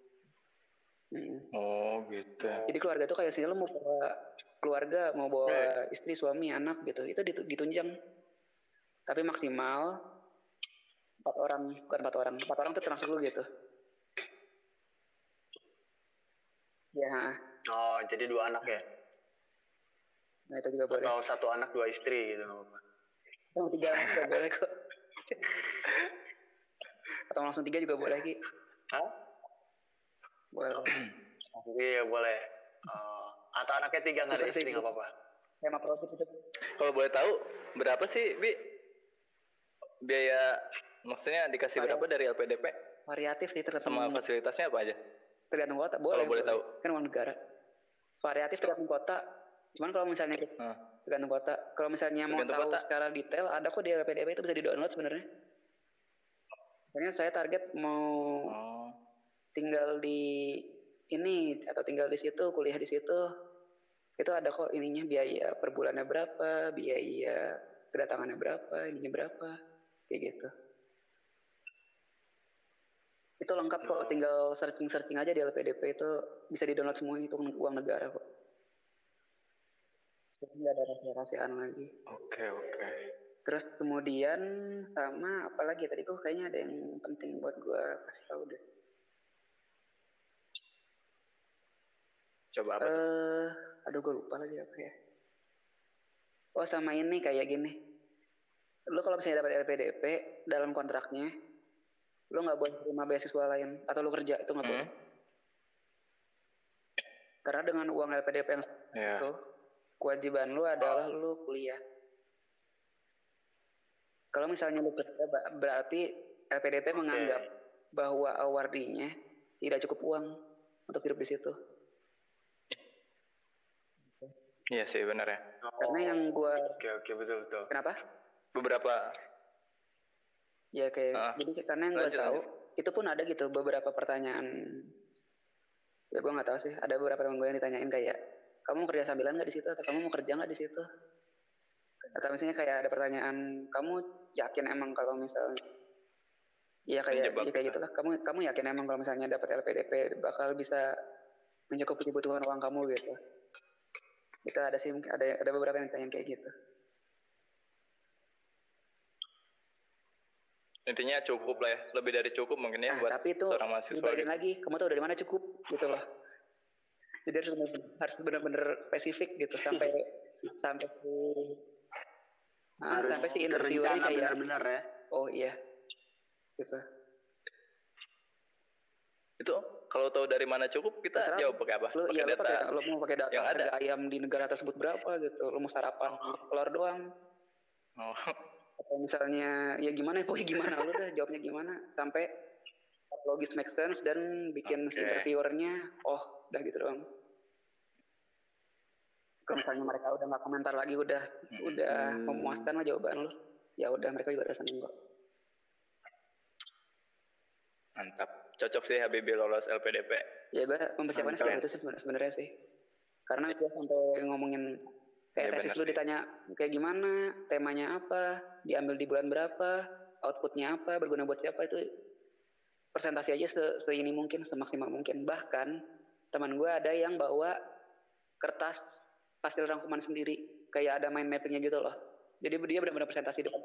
Oh gitu. Jadi keluarga tuh kayak sini lo mau bawa keluarga, mau bawa istri, suami, anak gitu, itu ditunjang. Tapi maksimal 4 orang, bukan 4 orang. 4 orang tuh termasuk lu gitu. Ya. Oh, jadi 2 anak ya? Nah itu juga boleh. Atau 1 anak 2 istri gitu. Atau 3 anak juga boleh kok. Atau langsung 3 juga boleh Ki. Hah? Boleh. Iya boleh. Atau anaknya 3 nggak ada istri nggak apa-apa. Tema profit itu. Kalau boleh tahu berapa sih Bi biaya, maksudnya dikasih berapa dari LPDP? Variatif sih tergantung. Sama fasilitasnya apa aja? Tergantung kota, boleh. Kalau boleh tahu. Kan uang negara. Variatif tergantung kota. Cuman kalau misalnya tergantung kota. Kalau misalnya mau tahu secara detail, ada kok di LPDP itu bisa di-download sebenarnya. Misalnya saya target mau tinggal di ini atau tinggal di situ, kuliah di situ. Itu ada kok ininya, biaya per bulannya berapa, biaya kedatangannya berapa, ininya berapa, kayak gitu. Itu lengkap kok, tinggal searching aja di LPDP, itu bisa di-download semua, itu uang negara kok. Jadi nggak ada rahasia-rahasiaan lagi. Oke. Terus kemudian sama apa lagi tadi kok kayaknya ada yang penting buat gue kasih tahu deh. Coba apa tuh? Aduh gue lupa lagi apa ya. Oh sama ini kayak gini. Lu kalau misalnya dapat LPDP dalam kontraknya, lu nggak boleh terima beasiswa lain atau lu kerja itu nggak boleh. Karena dengan uang LPDP yang itu, kewajiban lu adalah lu kuliah. Kalau misalnya lu kerja, berarti LPDP menganggap bahwa awardee-nya tidak cukup uang untuk hidup di situ. Iya sih benar ya. Karena yang gua Oke betul. Kenapa? Beberapa. Ya kayak jadi karena yang gua tahu itu pun ada gitu beberapa pertanyaan. Ya gua nggak tahu sih. Ada beberapa teman gue yang ditanyain kayak, kamu mau kerja sambilan nggak di situ? Atau kamu mau kerja nggak di situ? Atau misalnya kayak ada pertanyaan, kamu yakin emang kalau misalnya ya kayak gitulah. Kamu yakin emang kalau misalnya dapat LPDP bakal bisa mencukupi kebutuhan uang kamu gitu? Itu ada sih, ada beberapa yang ditanya kayak gitu. Intinya cukup lah ya, lebih dari cukup mungkin ya buat tapi itu seorang mahasiswa dibalikin gitu. lagi, kamu tahu dari mana cukup gitu loh. Jadi harus benar-benar spesifik gitu sampai sampai si interviewer kayak benar-benar ya. Oh iya gitu. Itu kalau tahu dari mana cukup, kita Terserah, jawab pakai apa? Lu mau pakai data yang harga ada. ayam di negara tersebut berapa gitu. Lu mau sarapan telur doang. Atau misalnya ya gimana pokoknya gimana lu dah jawabnya gimana sampai logis make sense dan bikin si interviewernya udah gitu doang. Kalau misalnya mereka udah nggak komentar lagi, udah memuaskan lah jawaban lu, ya udah mereka juga udah seneng kok. Mantap, cocok sih Habibie lolos LPDP. Ya gue mempersiapkannya seperti itu sih sebenarnya sih, karena gue sampai ngomongin kayak tesis lu ditanya kayak gimana, temanya apa, diambil di bulan berapa, outputnya apa, berguna buat siapa, itu presentasi aja seini mungkin, semaksimal mungkin. Bahkan teman gue ada yang bawa kertas hasil rangkuman sendiri, kayak ada mind mappingnya gitu loh. Jadi dia benar-benar presentasi depan.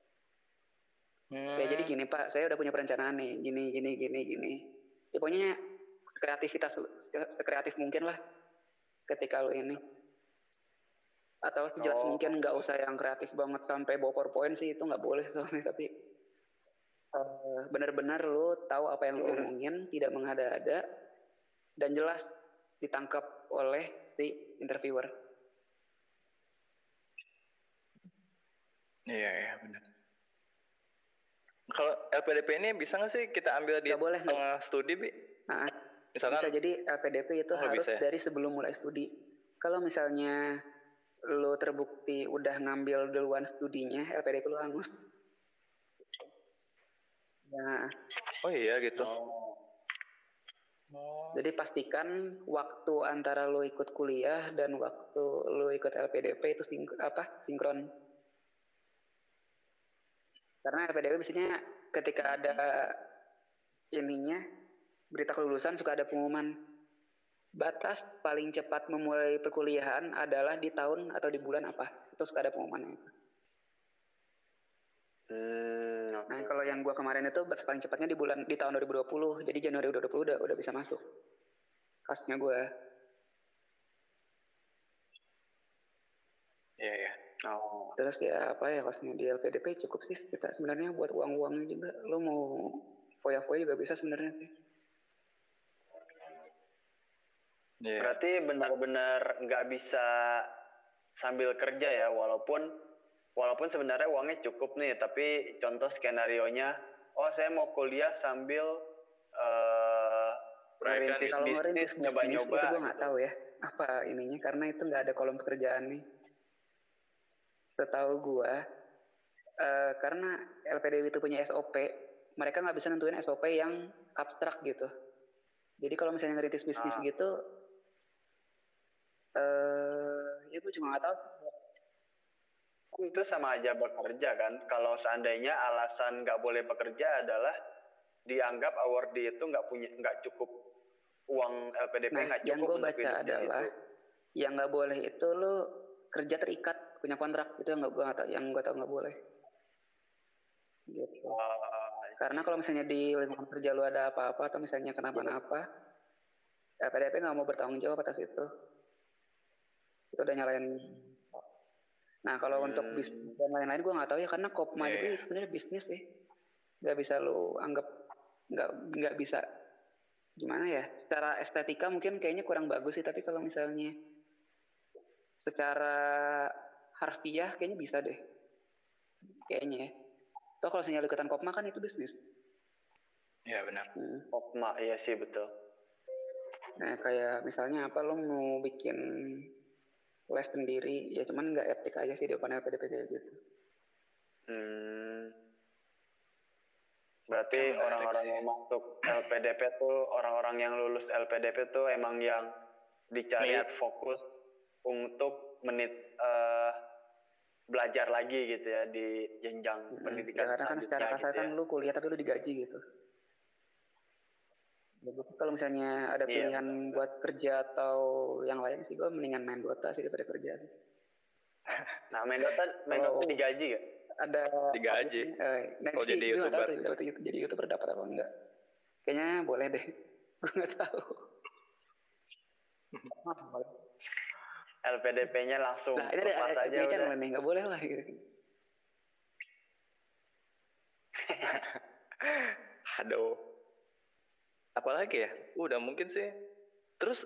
Ya jadi gini Pak, saya udah punya perencanaan nih, gini. Ya, pokoknya sekreatif mungkin lah ketika lo ini. Atau sejelas mungkin, nggak usah yang kreatif banget sampai bawa PowerPoint sih, itu nggak boleh soalnya. Tapi benar-benar lo tahu apa yang lo omongin, tidak mengada-ada, dan jelas ditangkap oleh si interviewer. Iya benar. Kalau LPDP ini bisa nggak sih kita ambil di tengah studi, Bi? Misalkan, bisa jadi LPDP itu harus dari sebelum mulai studi. Kalau misalnya lo terbukti udah ngambil duluan studinya, LPDP lo hangus. Nah. Oh iya gitu. Jadi pastikan waktu antara lo ikut kuliah dan waktu lo ikut LPDP itu sinkron. Karena LPDP biasanya ketika ada berita kelulusan suka ada pengumuman. Batas paling cepat memulai perkuliahan adalah di tahun atau di bulan apa. Itu suka ada pengumumannya. Nah kalau yang gue kemarin itu batas paling cepatnya di tahun 2020. Jadi Januari 2020 udah bisa masuk kelasnya gue. Iya. Terus ya kelasnya di LPDP cukup sih kita sebenarnya buat uang-uangnya juga. Lo mau foya-foya juga bisa sebenarnya sih. Berarti benar-benar nggak bisa sambil kerja ya, walaupun sebenarnya uangnya cukup nih, tapi contoh skenarionya, saya mau kuliah sambil merintis bisnis, nyoba-nyoba. Itu gue nggak tahu ya apa ininya, karena itu nggak ada kolom pekerjaan nih. Setahu gue, karena LPDW itu punya SOP, mereka nggak bisa nentuin SOP yang abstrak gitu. Jadi kalau misalnya ngerintis bisnis gitu, ya gue cuma nggak tahu. Itu sama aja bekerja kan. Kalau seandainya alasan nggak boleh bekerja adalah dianggap awardee itu nggak cukup uang LPDP, nggak cukup. Yang gue baca adalah yang nggak boleh itu lo kerja terikat, punya kontrak, itu yang gue tahu nggak boleh. Gitu. Karena kalau misalnya di lingkungan kerja lo ada apa-apa atau misalnya kenapa-napa, LPDP nggak mau bertanggung jawab atas itu. Itu udah nyalain. Nah kalau untuk bisnis dan lain-lain gue nggak tahu ya, karena Kopma itu sebenarnya bisnis sih, nggak bisa lo anggap, nggak bisa gimana ya, secara estetika mungkin kayaknya kurang bagus sih, tapi kalau misalnya secara harfiah kayaknya bisa deh, kayaknya ya. Toh kalau misalnya ikutan Kopma kan itu bisnis. Iya benar. Kopma iya sih betul. Nah kayak misalnya lo mau bikin les sendiri, ya cuman nggak etik aja sih di depan LPDP kayak gitu. Berarti orang-orang yang masuk LPDP tuh, orang-orang yang lulus LPDP tuh emang yang dicari fokus untuk belajar lagi gitu ya di jenjang pendidikan ya, karena kan secara kasar kan lu kuliah tapi lu digaji gitu. Ya, kalau misalnya ada pilihan buat kerja atau yang lain sih, gue mendingan main Dota sih daripada kerja. Nah main Dota digaji gak? ada digaji. Kalau jadi YouTuber. Jadi YouTuber dapat apa enggak? Kayaknya boleh deh. Gue nggak tahu. LPDP-nya langsung lah, ini lepas aja udah. channel nih, nggak boleh lah gitu. Aduh. Apalagi ya? Udah mungkin sih. Terus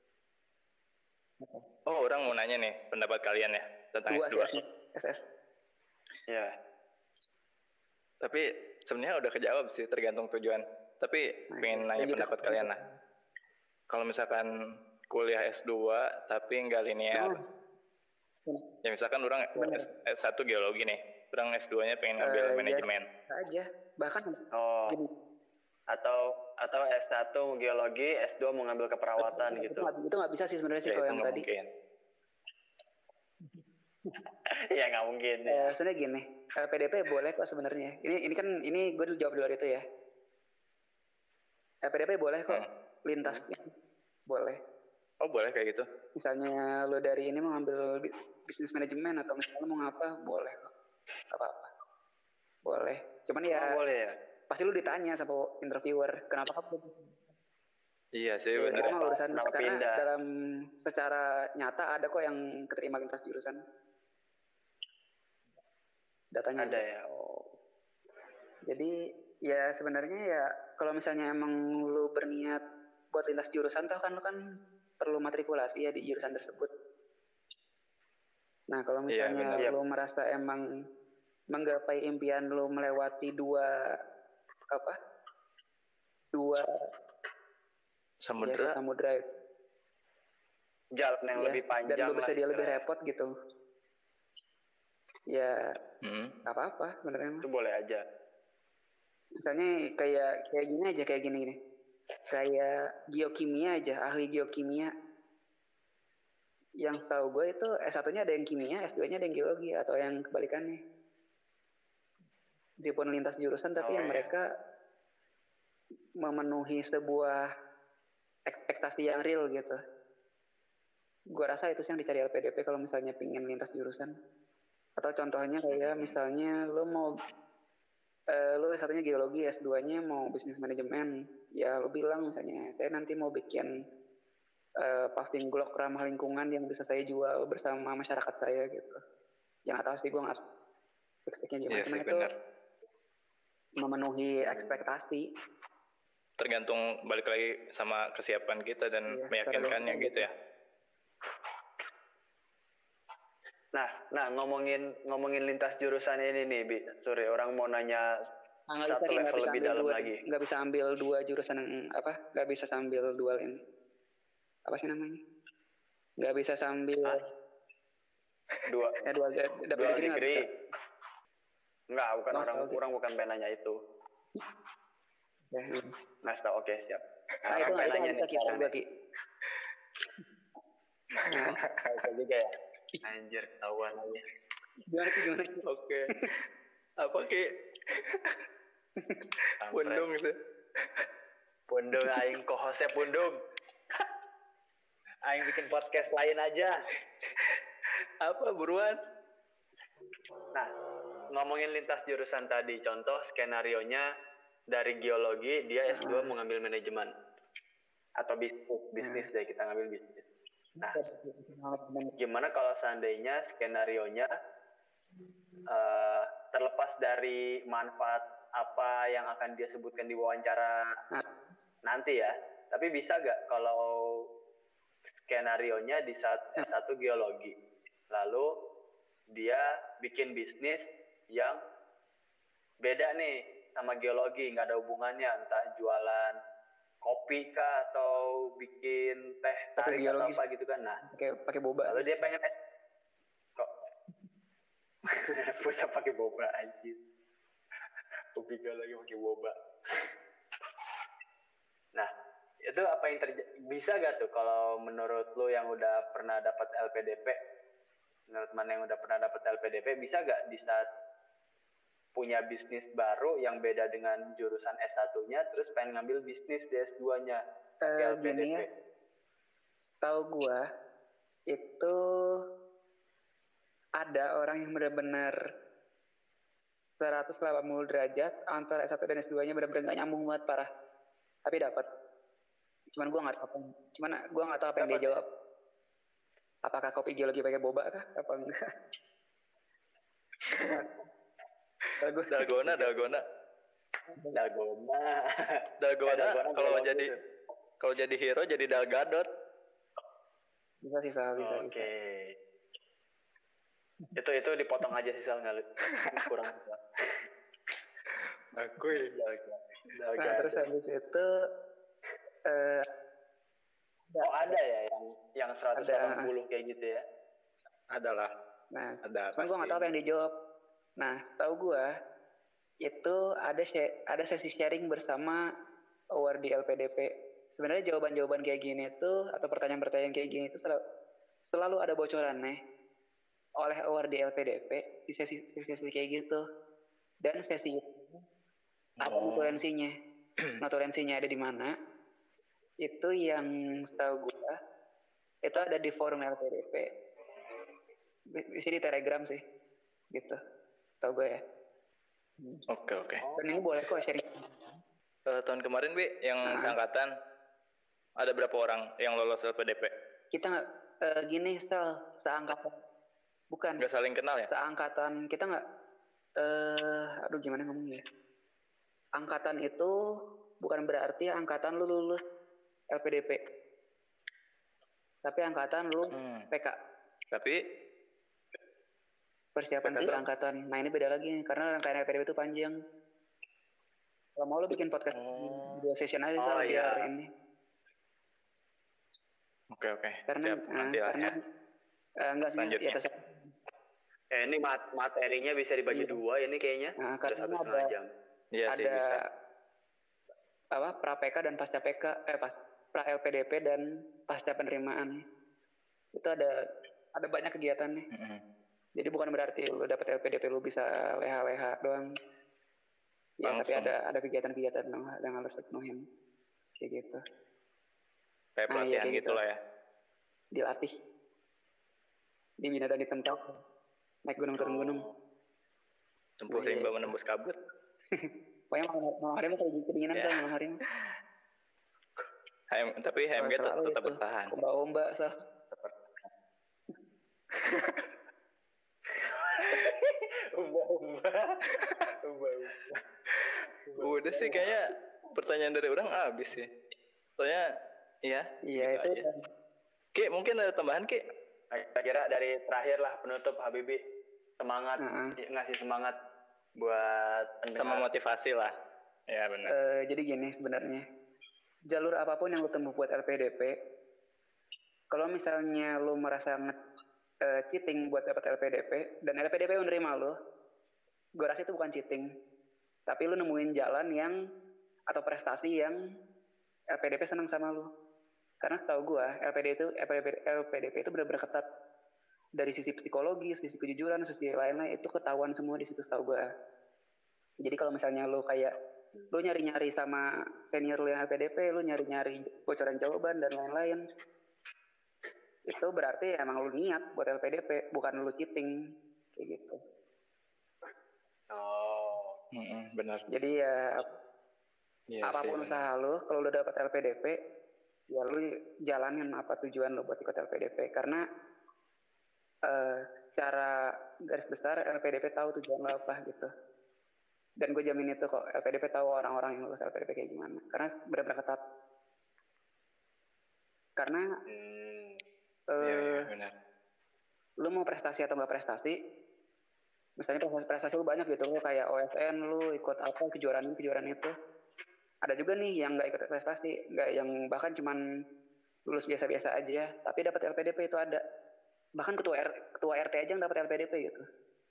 orang mau nanya nih pendapat kalian ya tentang S2. SS. Ya. Tapi sebenarnya udah kejawab sih, tergantung tujuan. Tapi pengen nanya pendapat kalian lah. Kalau misalkan kuliah S2 tapi nggak linear. Ya misalkan orang S1 geologi nih. Orang S2-nya pengen ngambil manajemen. Aja. Bahkan gini. Atau S1 geologi, S2 mau ngambil keperawatan gitu. Itu nggak bisa sih sebenarnya sih kalau yang tadi. Mungkin. Iya nggak mungkin. Sebenarnya gini, PDP boleh kok sebenarnya. Ini gue jawab dulu itu ya. PDP boleh kok, lintasnya boleh. Oh boleh kayak gitu. Misalnya lo dari ini mau ngambil bisnis manajemen atau misalnya mau ngapa, boleh kok. Apa-apa. Boleh. Cuman ya. Boleh ya. Pasti lu ditanya sama interviewer, kenapa kamu? Iya sih benar. Itu mah urusan karena pindah. dalam secara nyata ada kok yang keterima lintas jurusan. Datanya ada ya. Jadi ya sebenarnya ya kalau misalnya emang lu berniat buat lintas jurusan toh kan lu kan perlu matrikulasi ya di jurusan tersebut. Nah kalau misalnya lu merasa emang menggapai impian lu melewati dua samudra jalan yang lebih panjang dan lu bersedia lebih repot gitu ya nggak apa-apa sebenarnya itu boleh aja. Misalnya kayak gini kayak geokimia aja, ahli geokimia yang tahu gue itu S1-nya ada yang kimia, S2-nya ada yang geologi atau yang kebalikannya. Meskipun lintas jurusan tapi yang mereka memenuhi sebuah ekspektasi yang real gitu. Gue rasa itu sih yang dicari LPDP kalau misalnya pingin lintas jurusan. Atau contohnya kayak misalnya lo mau lo S1-nya geologi, S2-nya mau bisnis manajemen. Ya lo bilang misalnya saya nanti mau bikin paving block ramah lingkungan yang bisa saya jual bersama masyarakat saya gitu. Yang nggak tahu sih gue nggak ekspeknya gimana. Cuma itu memenuhi ekspektasi. Tergantung balik lagi sama kesiapan kita dan meyakinkannya gitu ya. Nah ngomongin lintas jurusan ini nih, Bi. Sorry, orang mau nanya satu level lebih dalam lagi. Nggak bisa ambil dua jurusan yang nggak bisa sambil dual ini. Apa sih namanya? Nggak bisa sambil dua degree. Enggak, bukan orang bukan pengen nanya itu. Ya. Mas tau, oke siap. Nah, itu nggak bisa kita bagi. Oke juga ya. Anjir, ketahuan lagi. Gimana? Oke. Apa Ki? Pundung itu. Pundung aing kohose pundung. Aing bikin podcast lain aja. Apa buruan? Nah, ngomongin lintas jurusan tadi, contoh skenarionya dari geologi dia S2 mau ngambil manajemen atau bisnis deh, kita ngambil bisnis. Nah, gimana kalau seandainya skenarionya terlepas dari manfaat apa yang akan dia sebutkan di wawancara nanti ya, tapi bisa gak kalau skenarionya di saat S1 geologi lalu dia bikin bisnis yang beda nih sama geologi, nggak ada hubungannya, entah jualan kopi kah atau bikin teh tarik atau apa gitu kan. Nah, pakai boba. Lalu dia pengen kok bisa pakai boba aja. Kopi geologi pakai boba. Nah, itu apa yang bisa gak tuh kalau menurut lo yang udah pernah dapat LPDP? Menurut mana yang udah pernah dapat LPDP, bisa gak di saat punya bisnis baru yang beda dengan jurusan S1-nya, terus pengen ngambil bisnis di S2-nya pakai LPDP? Gini ya, tahu gue itu ada orang yang benar-benar 180 derajat antara S1 dan S2-nya, benar-benar nggak nyambung banget, parah. Tapi dapat. Cuman gue nggak tahu apa yang dia jawab. Apakah kopi geologi pakai boba kah? Apa enggak? Dalgona. Kalau jadi hero jadi Dalgadot. Bisa. Oke. Itu dipotong aja sih Sal, nggak kurang. Akui. Nah, terus habis itu ada ya yang 180 kayak gitu ya? Adalah. Nah, ada. Cuman gue nggak tahu apa yang dijawab. Nah, tahu gue itu ada sesi sharing bersama award di LPDP. Sebenarnya jawaban-jawaban kayak gini tuh atau pertanyaan-pertanyaan kayak gini tuh selalu ada bocorannya oleh award di LPDP di sesi kayak gitu. Dan sesi itu ada notulensinya. Notulensinya ada di mana? Itu yang setahu gue itu ada di forum LPDP. Di sini Telegram sih, gitu. Setahu gue ya. Oke. Dan ini boleh kok sharing. Tahun kemarin yang seangkatan ada berapa orang yang lolos LPDP? Kita nggak gini seangkatan. Bukan. Nggak saling kenal ya? Seangkatan kita nggak. Aduh gimana ngomongnya? Angkatan itu bukan berarti angkatan lu lulus LPDP. Tapi angkatan lu PK. Tapi persiapan di angkatan. Nah ini beda lagi karena rangkaian LPDP itu panjang. Kalau mau lu bikin podcast 2 session aja biar ini. Oke. Karena nanti lah ya. Enggak sih. Ini materinya bisa dibagi 2 ini kayaknya. Nah, karena 1,5 jam. Iya sih bisa. Pra PK dan pasca PK, pra LPDP dan pasca penerimaan. Itu ada banyak kegiatannya. Jadi bukan berarti lu dapat LPDP lu bisa leha-leha doang. Ya, tapi ada kegiatan-kegiatan yang harus dipenuhin. Kayak gitu. Kayak pelatihan gitu lah ya. Dilatih. Dibina dan ditempel. Naik gunung turun gunung. Tempuh rimba menembus kabut. Pokoknya malam hari mah kayak kedinginan kan malam hari mah. Tapi HMG tetap bertahan. Ombak Udah sih kayaknya pertanyaan dari orang habis sih. Soalnya iya itu aja. Ki, mungkin ada tambahan Ki? Kira dari terakhir lah penutup Habibie semangat ngasih semangat buat pendengar. Sama motivasi lah. Ya benar. Jadi gini sebenarnya jalur apapun yang lu tempuh buat LPDP, kalau misalnya lu merasa cheating buat dapat LPDP dan LPDP menerima lu, gue rasa itu bukan cheating, tapi lu nemuin jalan yang atau prestasi yang LPDP senang sama lu. Karena setahu gue LPDP itu benar-benar ketat dari sisi psikologis, sisi kejujuran, sisi lain-lain itu ketahuan semua di situ setahu gue. Jadi kalau misalnya lu nyari-nyari sama senior lu yang LPDP, lu nyari-nyari bocoran jawaban dan lain-lain, itu berarti emang lu niat buat LPDP, bukan lu cheating kayak gitu. Benar. Jadi apapun usaha lu, kalau lu dapat LPDP, ya lu jalanin apa tujuan lu buat ikut LPDP. Karena secara garis besar LPDP tahu tujuan lu apa gitu. Dan gue jamin itu kok LPDP tahu orang-orang yang lulus LPDP kayak gimana. Karena benar-benar ketat. Karena benar. Lu mau prestasi atau nggak prestasi, misalnya prestasi lu banyak gitu, lu kayak OSN, lu ikut apa kejuaraan itu. Ada juga nih yang nggak ikut prestasi, nggak yang bahkan cuman lulus biasa-biasa aja, tapi dapat LPDP itu ada. Bahkan ketua RT aja yang dapat LPDP gitu.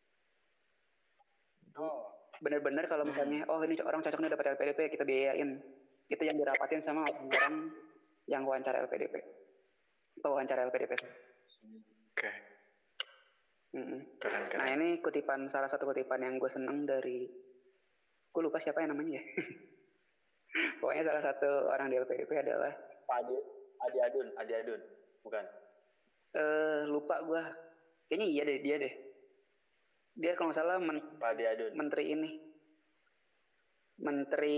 Bener-bener kalau misalnya, ini orang cocok nih dapat LPDP, kita biayain. Itu yang dirapatin sama orang yang wawancara LPDP. Wawancara LPDP. Oke. Keren. Nah ini salah satu kutipan yang gue seneng dari, gue lupa siapa yang namanya ya. Pokoknya salah satu orang di LPDP adalah Adi Adun, bukan? Lupa gue. Kayaknya iya deh, dia deh. Dia kalau nggak salah Pak Diadun. menteri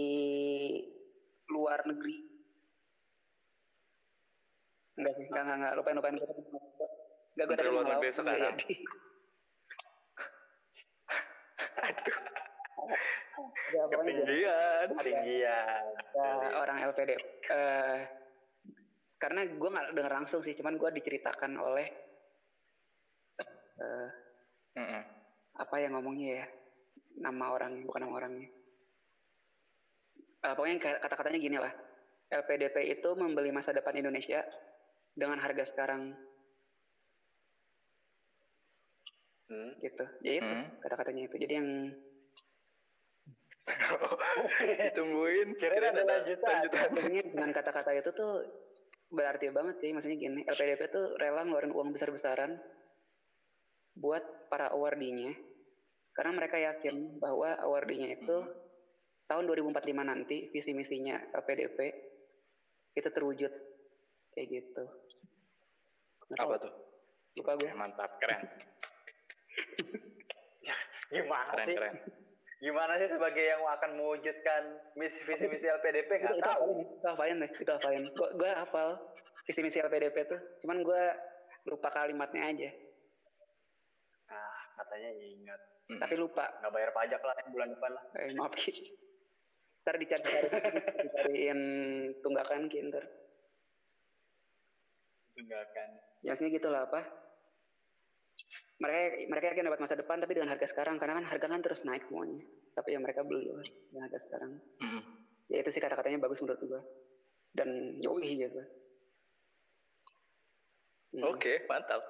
luar negeri. Enggak, lupain. Menteri luar negeri sekarang. Ketinggian. Orang LPDP. Karena gue nggak dengar langsung sih, cuman gue diceritakan oleh apa yang ngomongnya ya, nama orang bukan nama orangnya. Pokoknya kata-katanya gini lah, LPDP itu membeli masa depan Indonesia dengan harga sekarang. Gitu. Jadi itu kata-katanya itu. Jadi yang ditungguin. Kira-kira ada lanjutan. Dengan kata-kata itu tuh berarti banget sih. Maksudnya gini, LPDP tuh rela ngeluarin uang besar-besaran buat para awardinya. Karena mereka yakin bahwa awardinya itu tahun 2045 nanti visi misinya LPDP itu terwujud kayak gitu. Apa tuh? Lupa gue. Mantap, keren. Keren. Gimana sih sebagai yang akan mewujudkan visi misi LPDP? Nggak tahu. Itu hafalin. Gue hafal visi misi LPDP tuh. Cuman gue lupa kalimatnya aja. Katanya ingat. Tapi lupa. Nggak bayar pajak lah bulan depan lah. Maaf Ki. Ntar dicariin tunggakan Ki ntar. Tunggakan. Ya maksudnya gitu lah apa. Mereka yakin dapat masa depan tapi dengan harga sekarang, karena kan harga kan terus naik semuanya. Tapi ya mereka beli lah dengan harga sekarang. Ya itu sih kata-katanya bagus menurut gue. Dan yoi gitu. Oke, mantap.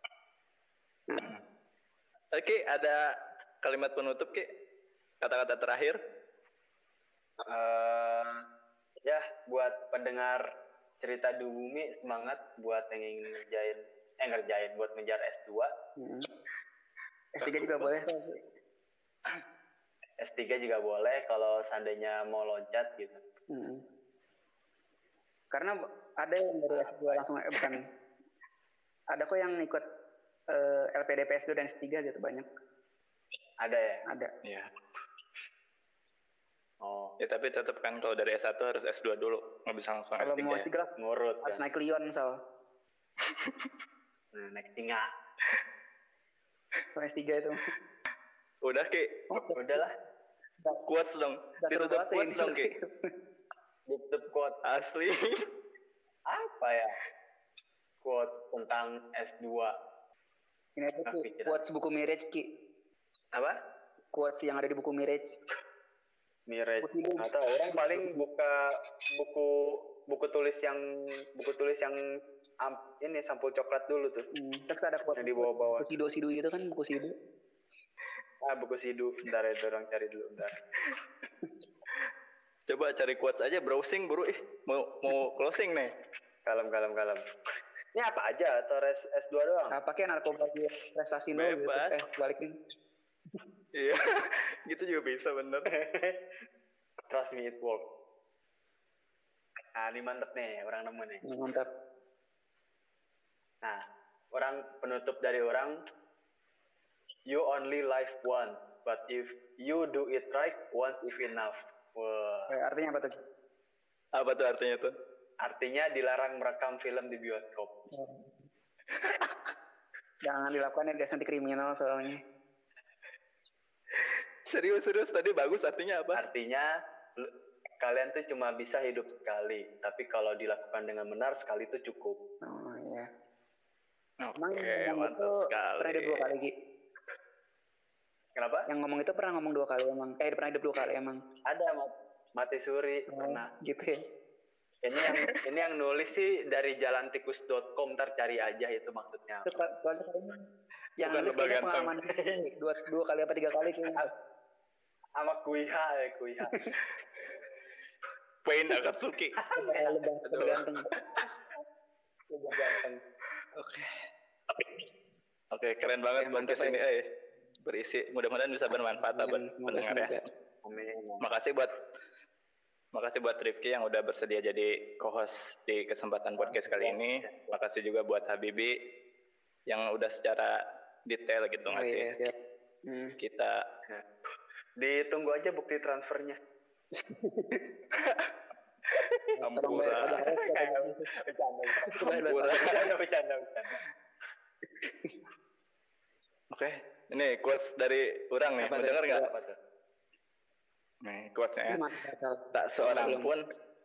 Oke, ada kalimat penutup Ki? Kata-kata terakhir? Ya, buat pendengar cerita di bumi, semangat buat yang ingin ngerjain buat ngejar S2. S3 juga boleh. S3 juga boleh kalau seandainya mau loncat gitu. Karena ada yang dari S2 langsung bukan. Ada kok yang ikut LPDP S2 dan S3 gitu banyak. Ada ya? Ada. Iya. Oh. Ya tapi tetap kan kalau dari S1 harus S2 dulu, nggak bisa langsung S3. Kalau mau S3 ngurut harus naik Lyon misal. Naik singa. Kalau S3 itu. Udah Ki. Udahlah. Quotes dong. Ditutup quotes dong Ki. Ditutup quote asli. Apa ya? Quote tentang S2. Ini apa sih? Quotes buku Mirage Ki. Apa? Quotes yang ada di buku Mirage. Nggak tahu, orang paling buka buku tulis yang ini sampul coklat dulu tuh. Terus ada quote yang di bawah-bawah. Buku Sido itu kan buku Sido. Buku Sido. Bentar ya, orang cari dulu bentar. Coba cari quotes aja, browsing buru. Mau closing nih. Kalem. Ini apa aja atau S2 doang? Pakai narkoba prestasi nol gitu. Balikin. Iya, gitu juga bisa bener. Trust me it work. Ini mantep nih, orang nemu nih. Mantap. Nah, orang penutup dari orang, you only live once, but if you do it right, once is enough. Wah. Artinya apa tuh? Apa tuh artinya tuh? Artinya dilarang merekam film di bioskop. Jangan dilakukan ya guys, nanti kriminal soalnya. Serius tadi bagus, artinya apa? Artinya kalian tuh cuma bisa hidup sekali, tapi kalau dilakukan dengan benar sekali itu cukup. Oh iya. Oke, mantap sekali. Pernah hidup 2 kali Ki? Kenapa? Yang ngomong itu pernah ngomong 2 kali emang. Pernah hidup 2 kali emang. Ada Mati Suri pernah. Gitu ya. Ini yang nulis sih dari jalantikus.com, ntar cari aja itu maksudnya. Itu soalnya yang nulis pengalaman 2 kali apa 3 kali kayaknya. Sama Kuiha. Pain Akatsuki. Lebih ganteng. Oke, keren banget podcast ini. Berisi, mudah-mudahan bisa bermanfaat buat pendengar ya. Makasih buat Rifki yang udah bersedia jadi co-host di kesempatan podcast kali ini. Makasih juga buat Habibi yang udah secara detail gitu ngasih kita ditunggu aja bukti transfernya. Ampura. Bercanda. Oke, ini quotes dari orang nih, mau denger nggak? Nih quotesnya ya. Tak seorang pun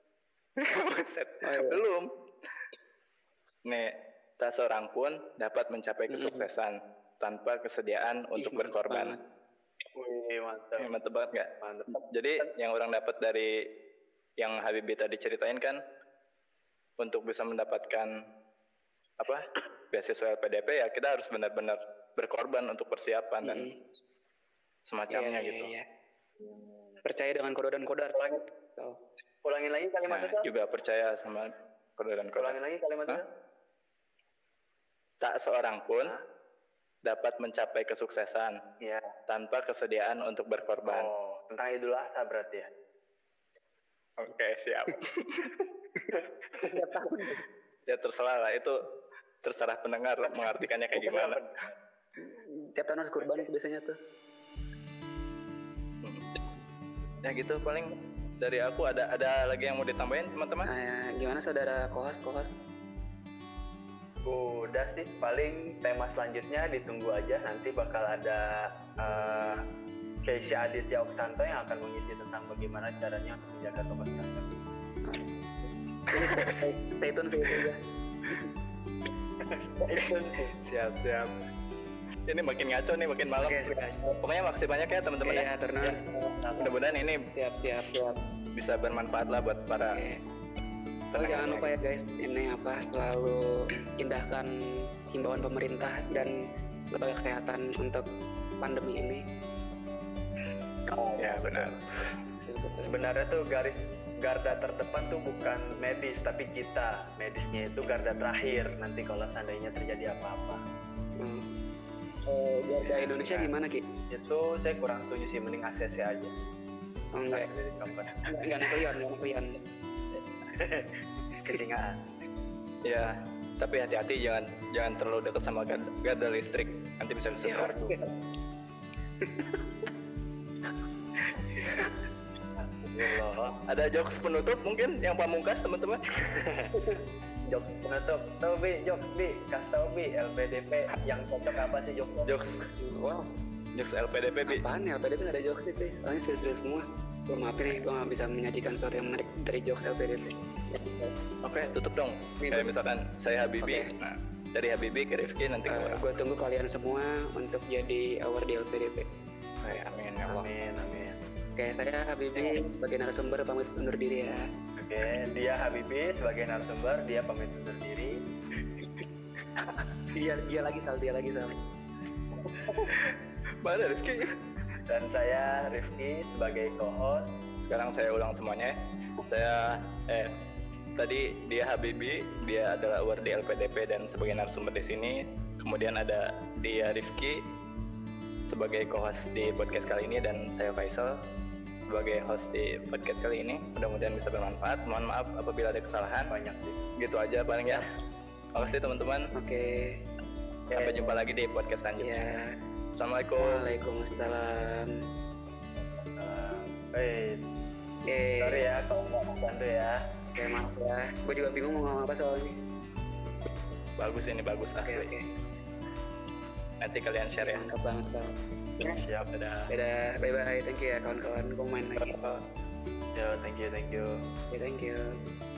belum. Nih, tak seorang pun dapat mencapai kesuksesan tanpa kesediaan untuk berkorban. Wih, mantap. Mantap banget nggak? Mantap. Jadi yang orang dapat dari yang Habibie tadi ceritain kan, untuk bisa mendapatkan beasiswa LPDP ya kita harus benar-benar berkorban untuk persiapan dan semacamnya gitu. Iya. Percaya dengan kode dan kodar. Ulangin lagi kalimatnya. Juga percaya sama kode dan kodar. Ulangin lagi kalimatnya. Tak seorang pun dapat mencapai kesuksesan tanpa kesediaan untuk berkorban. Oh, tentang Idul Adha berarti ya. Oke, siap. Ya terserah lah, itu terserah pendengar mengartikannya kayak gimana. Tiap tahun harus kurban biasanya tuh. Ya gitu paling dari aku. Ada lagi yang mau ditambahin teman-teman? Nah, gimana saudara kohos? Udah sih, paling tema selanjutnya ditunggu aja, nanti bakal ada Keisha Aditya Oksanto yang akan mengisi tentang bagaimana caranya untuk menjaga tobat kanker. Stay tune juga. Siap. Ini makin ngaco nih, makin malam. Pokoknya makasih banyak ya teman-teman ya. Terus. Mudah-mudahan ini Siap. bisa bermanfaat lah buat para. Jangan lupa ya guys, ini selalu indahkan himbauan pemerintah dan lembaga kesehatan untuk pandemi ini. Ya benar. Sebenarnya tuh garda terdepan tuh bukan medis, tapi kita. Medisnya itu garda terakhir nanti kalau seandainya terjadi apa-apa. Garda Indonesia gimana Ki? Itu saya kurang setuju sih, mending ACC aja. Enggak naklian. Ketinggalan. Ya, tapi hati-hati jangan terlalu dekat sama garda listrik, nanti bisa kesedot. Ada jokes penutup mungkin yang pamungkas teman-teman? Jokes penutup, jokes kasih tau LPDP yang cocok apa sih jokes? Wow, jokes LPDP bi. Apaan ya, LPDP nggak ada jokes itu, soalnya serius semua. Gue maafin nih, gue nggak bisa menyajikan sesuatu yang menarik dari jokes LPDP. Oke, tutup dong. Kayak misalkan saya Habibie, nah dari Habibie ke Rifki nanti ke orang. Gue tunggu kalian semua untuk jadi award di LPDP. Amin ya Allah. Amin. Oke, saya Habibie sebagai narasumber pamit undur diri ya. Oke, dia Habibie sebagai narasumber, dia pamit undur diri. Dia lagi Sal. Mana Rifki? Dan saya Rifki sebagai co-host. Sekarang saya ulang semuanya. Saya tadi dia Habibie, dia adalah award di LPDP dan sebagai narasumber di sini. Kemudian ada dia Rifki sebagai co-host di podcast kali ini, dan saya Faisal sebagai host di podcast kali ini. Mudah-mudahan bisa bermanfaat. Mohon maaf apabila ada kesalahan. Banyak sih. Gitu aja paling ya. Makasih teman-teman. Oke. Sampai jumpa lagi di podcast selanjutnya. Assalamualaikum. Waalaikumsalam. Sorry ya kalau nggak bantu ya. Oke, maaf ya. Gue juga bingung mau ngomong apa soalnya. Bagus asli. Oke. Nanti kalian share ya. Mantap banget Sal. Siap, dadah. Bye-bye. Thank you ya kawan-kawan. Gue main lagi. Yo, thank you. Oke, thank you.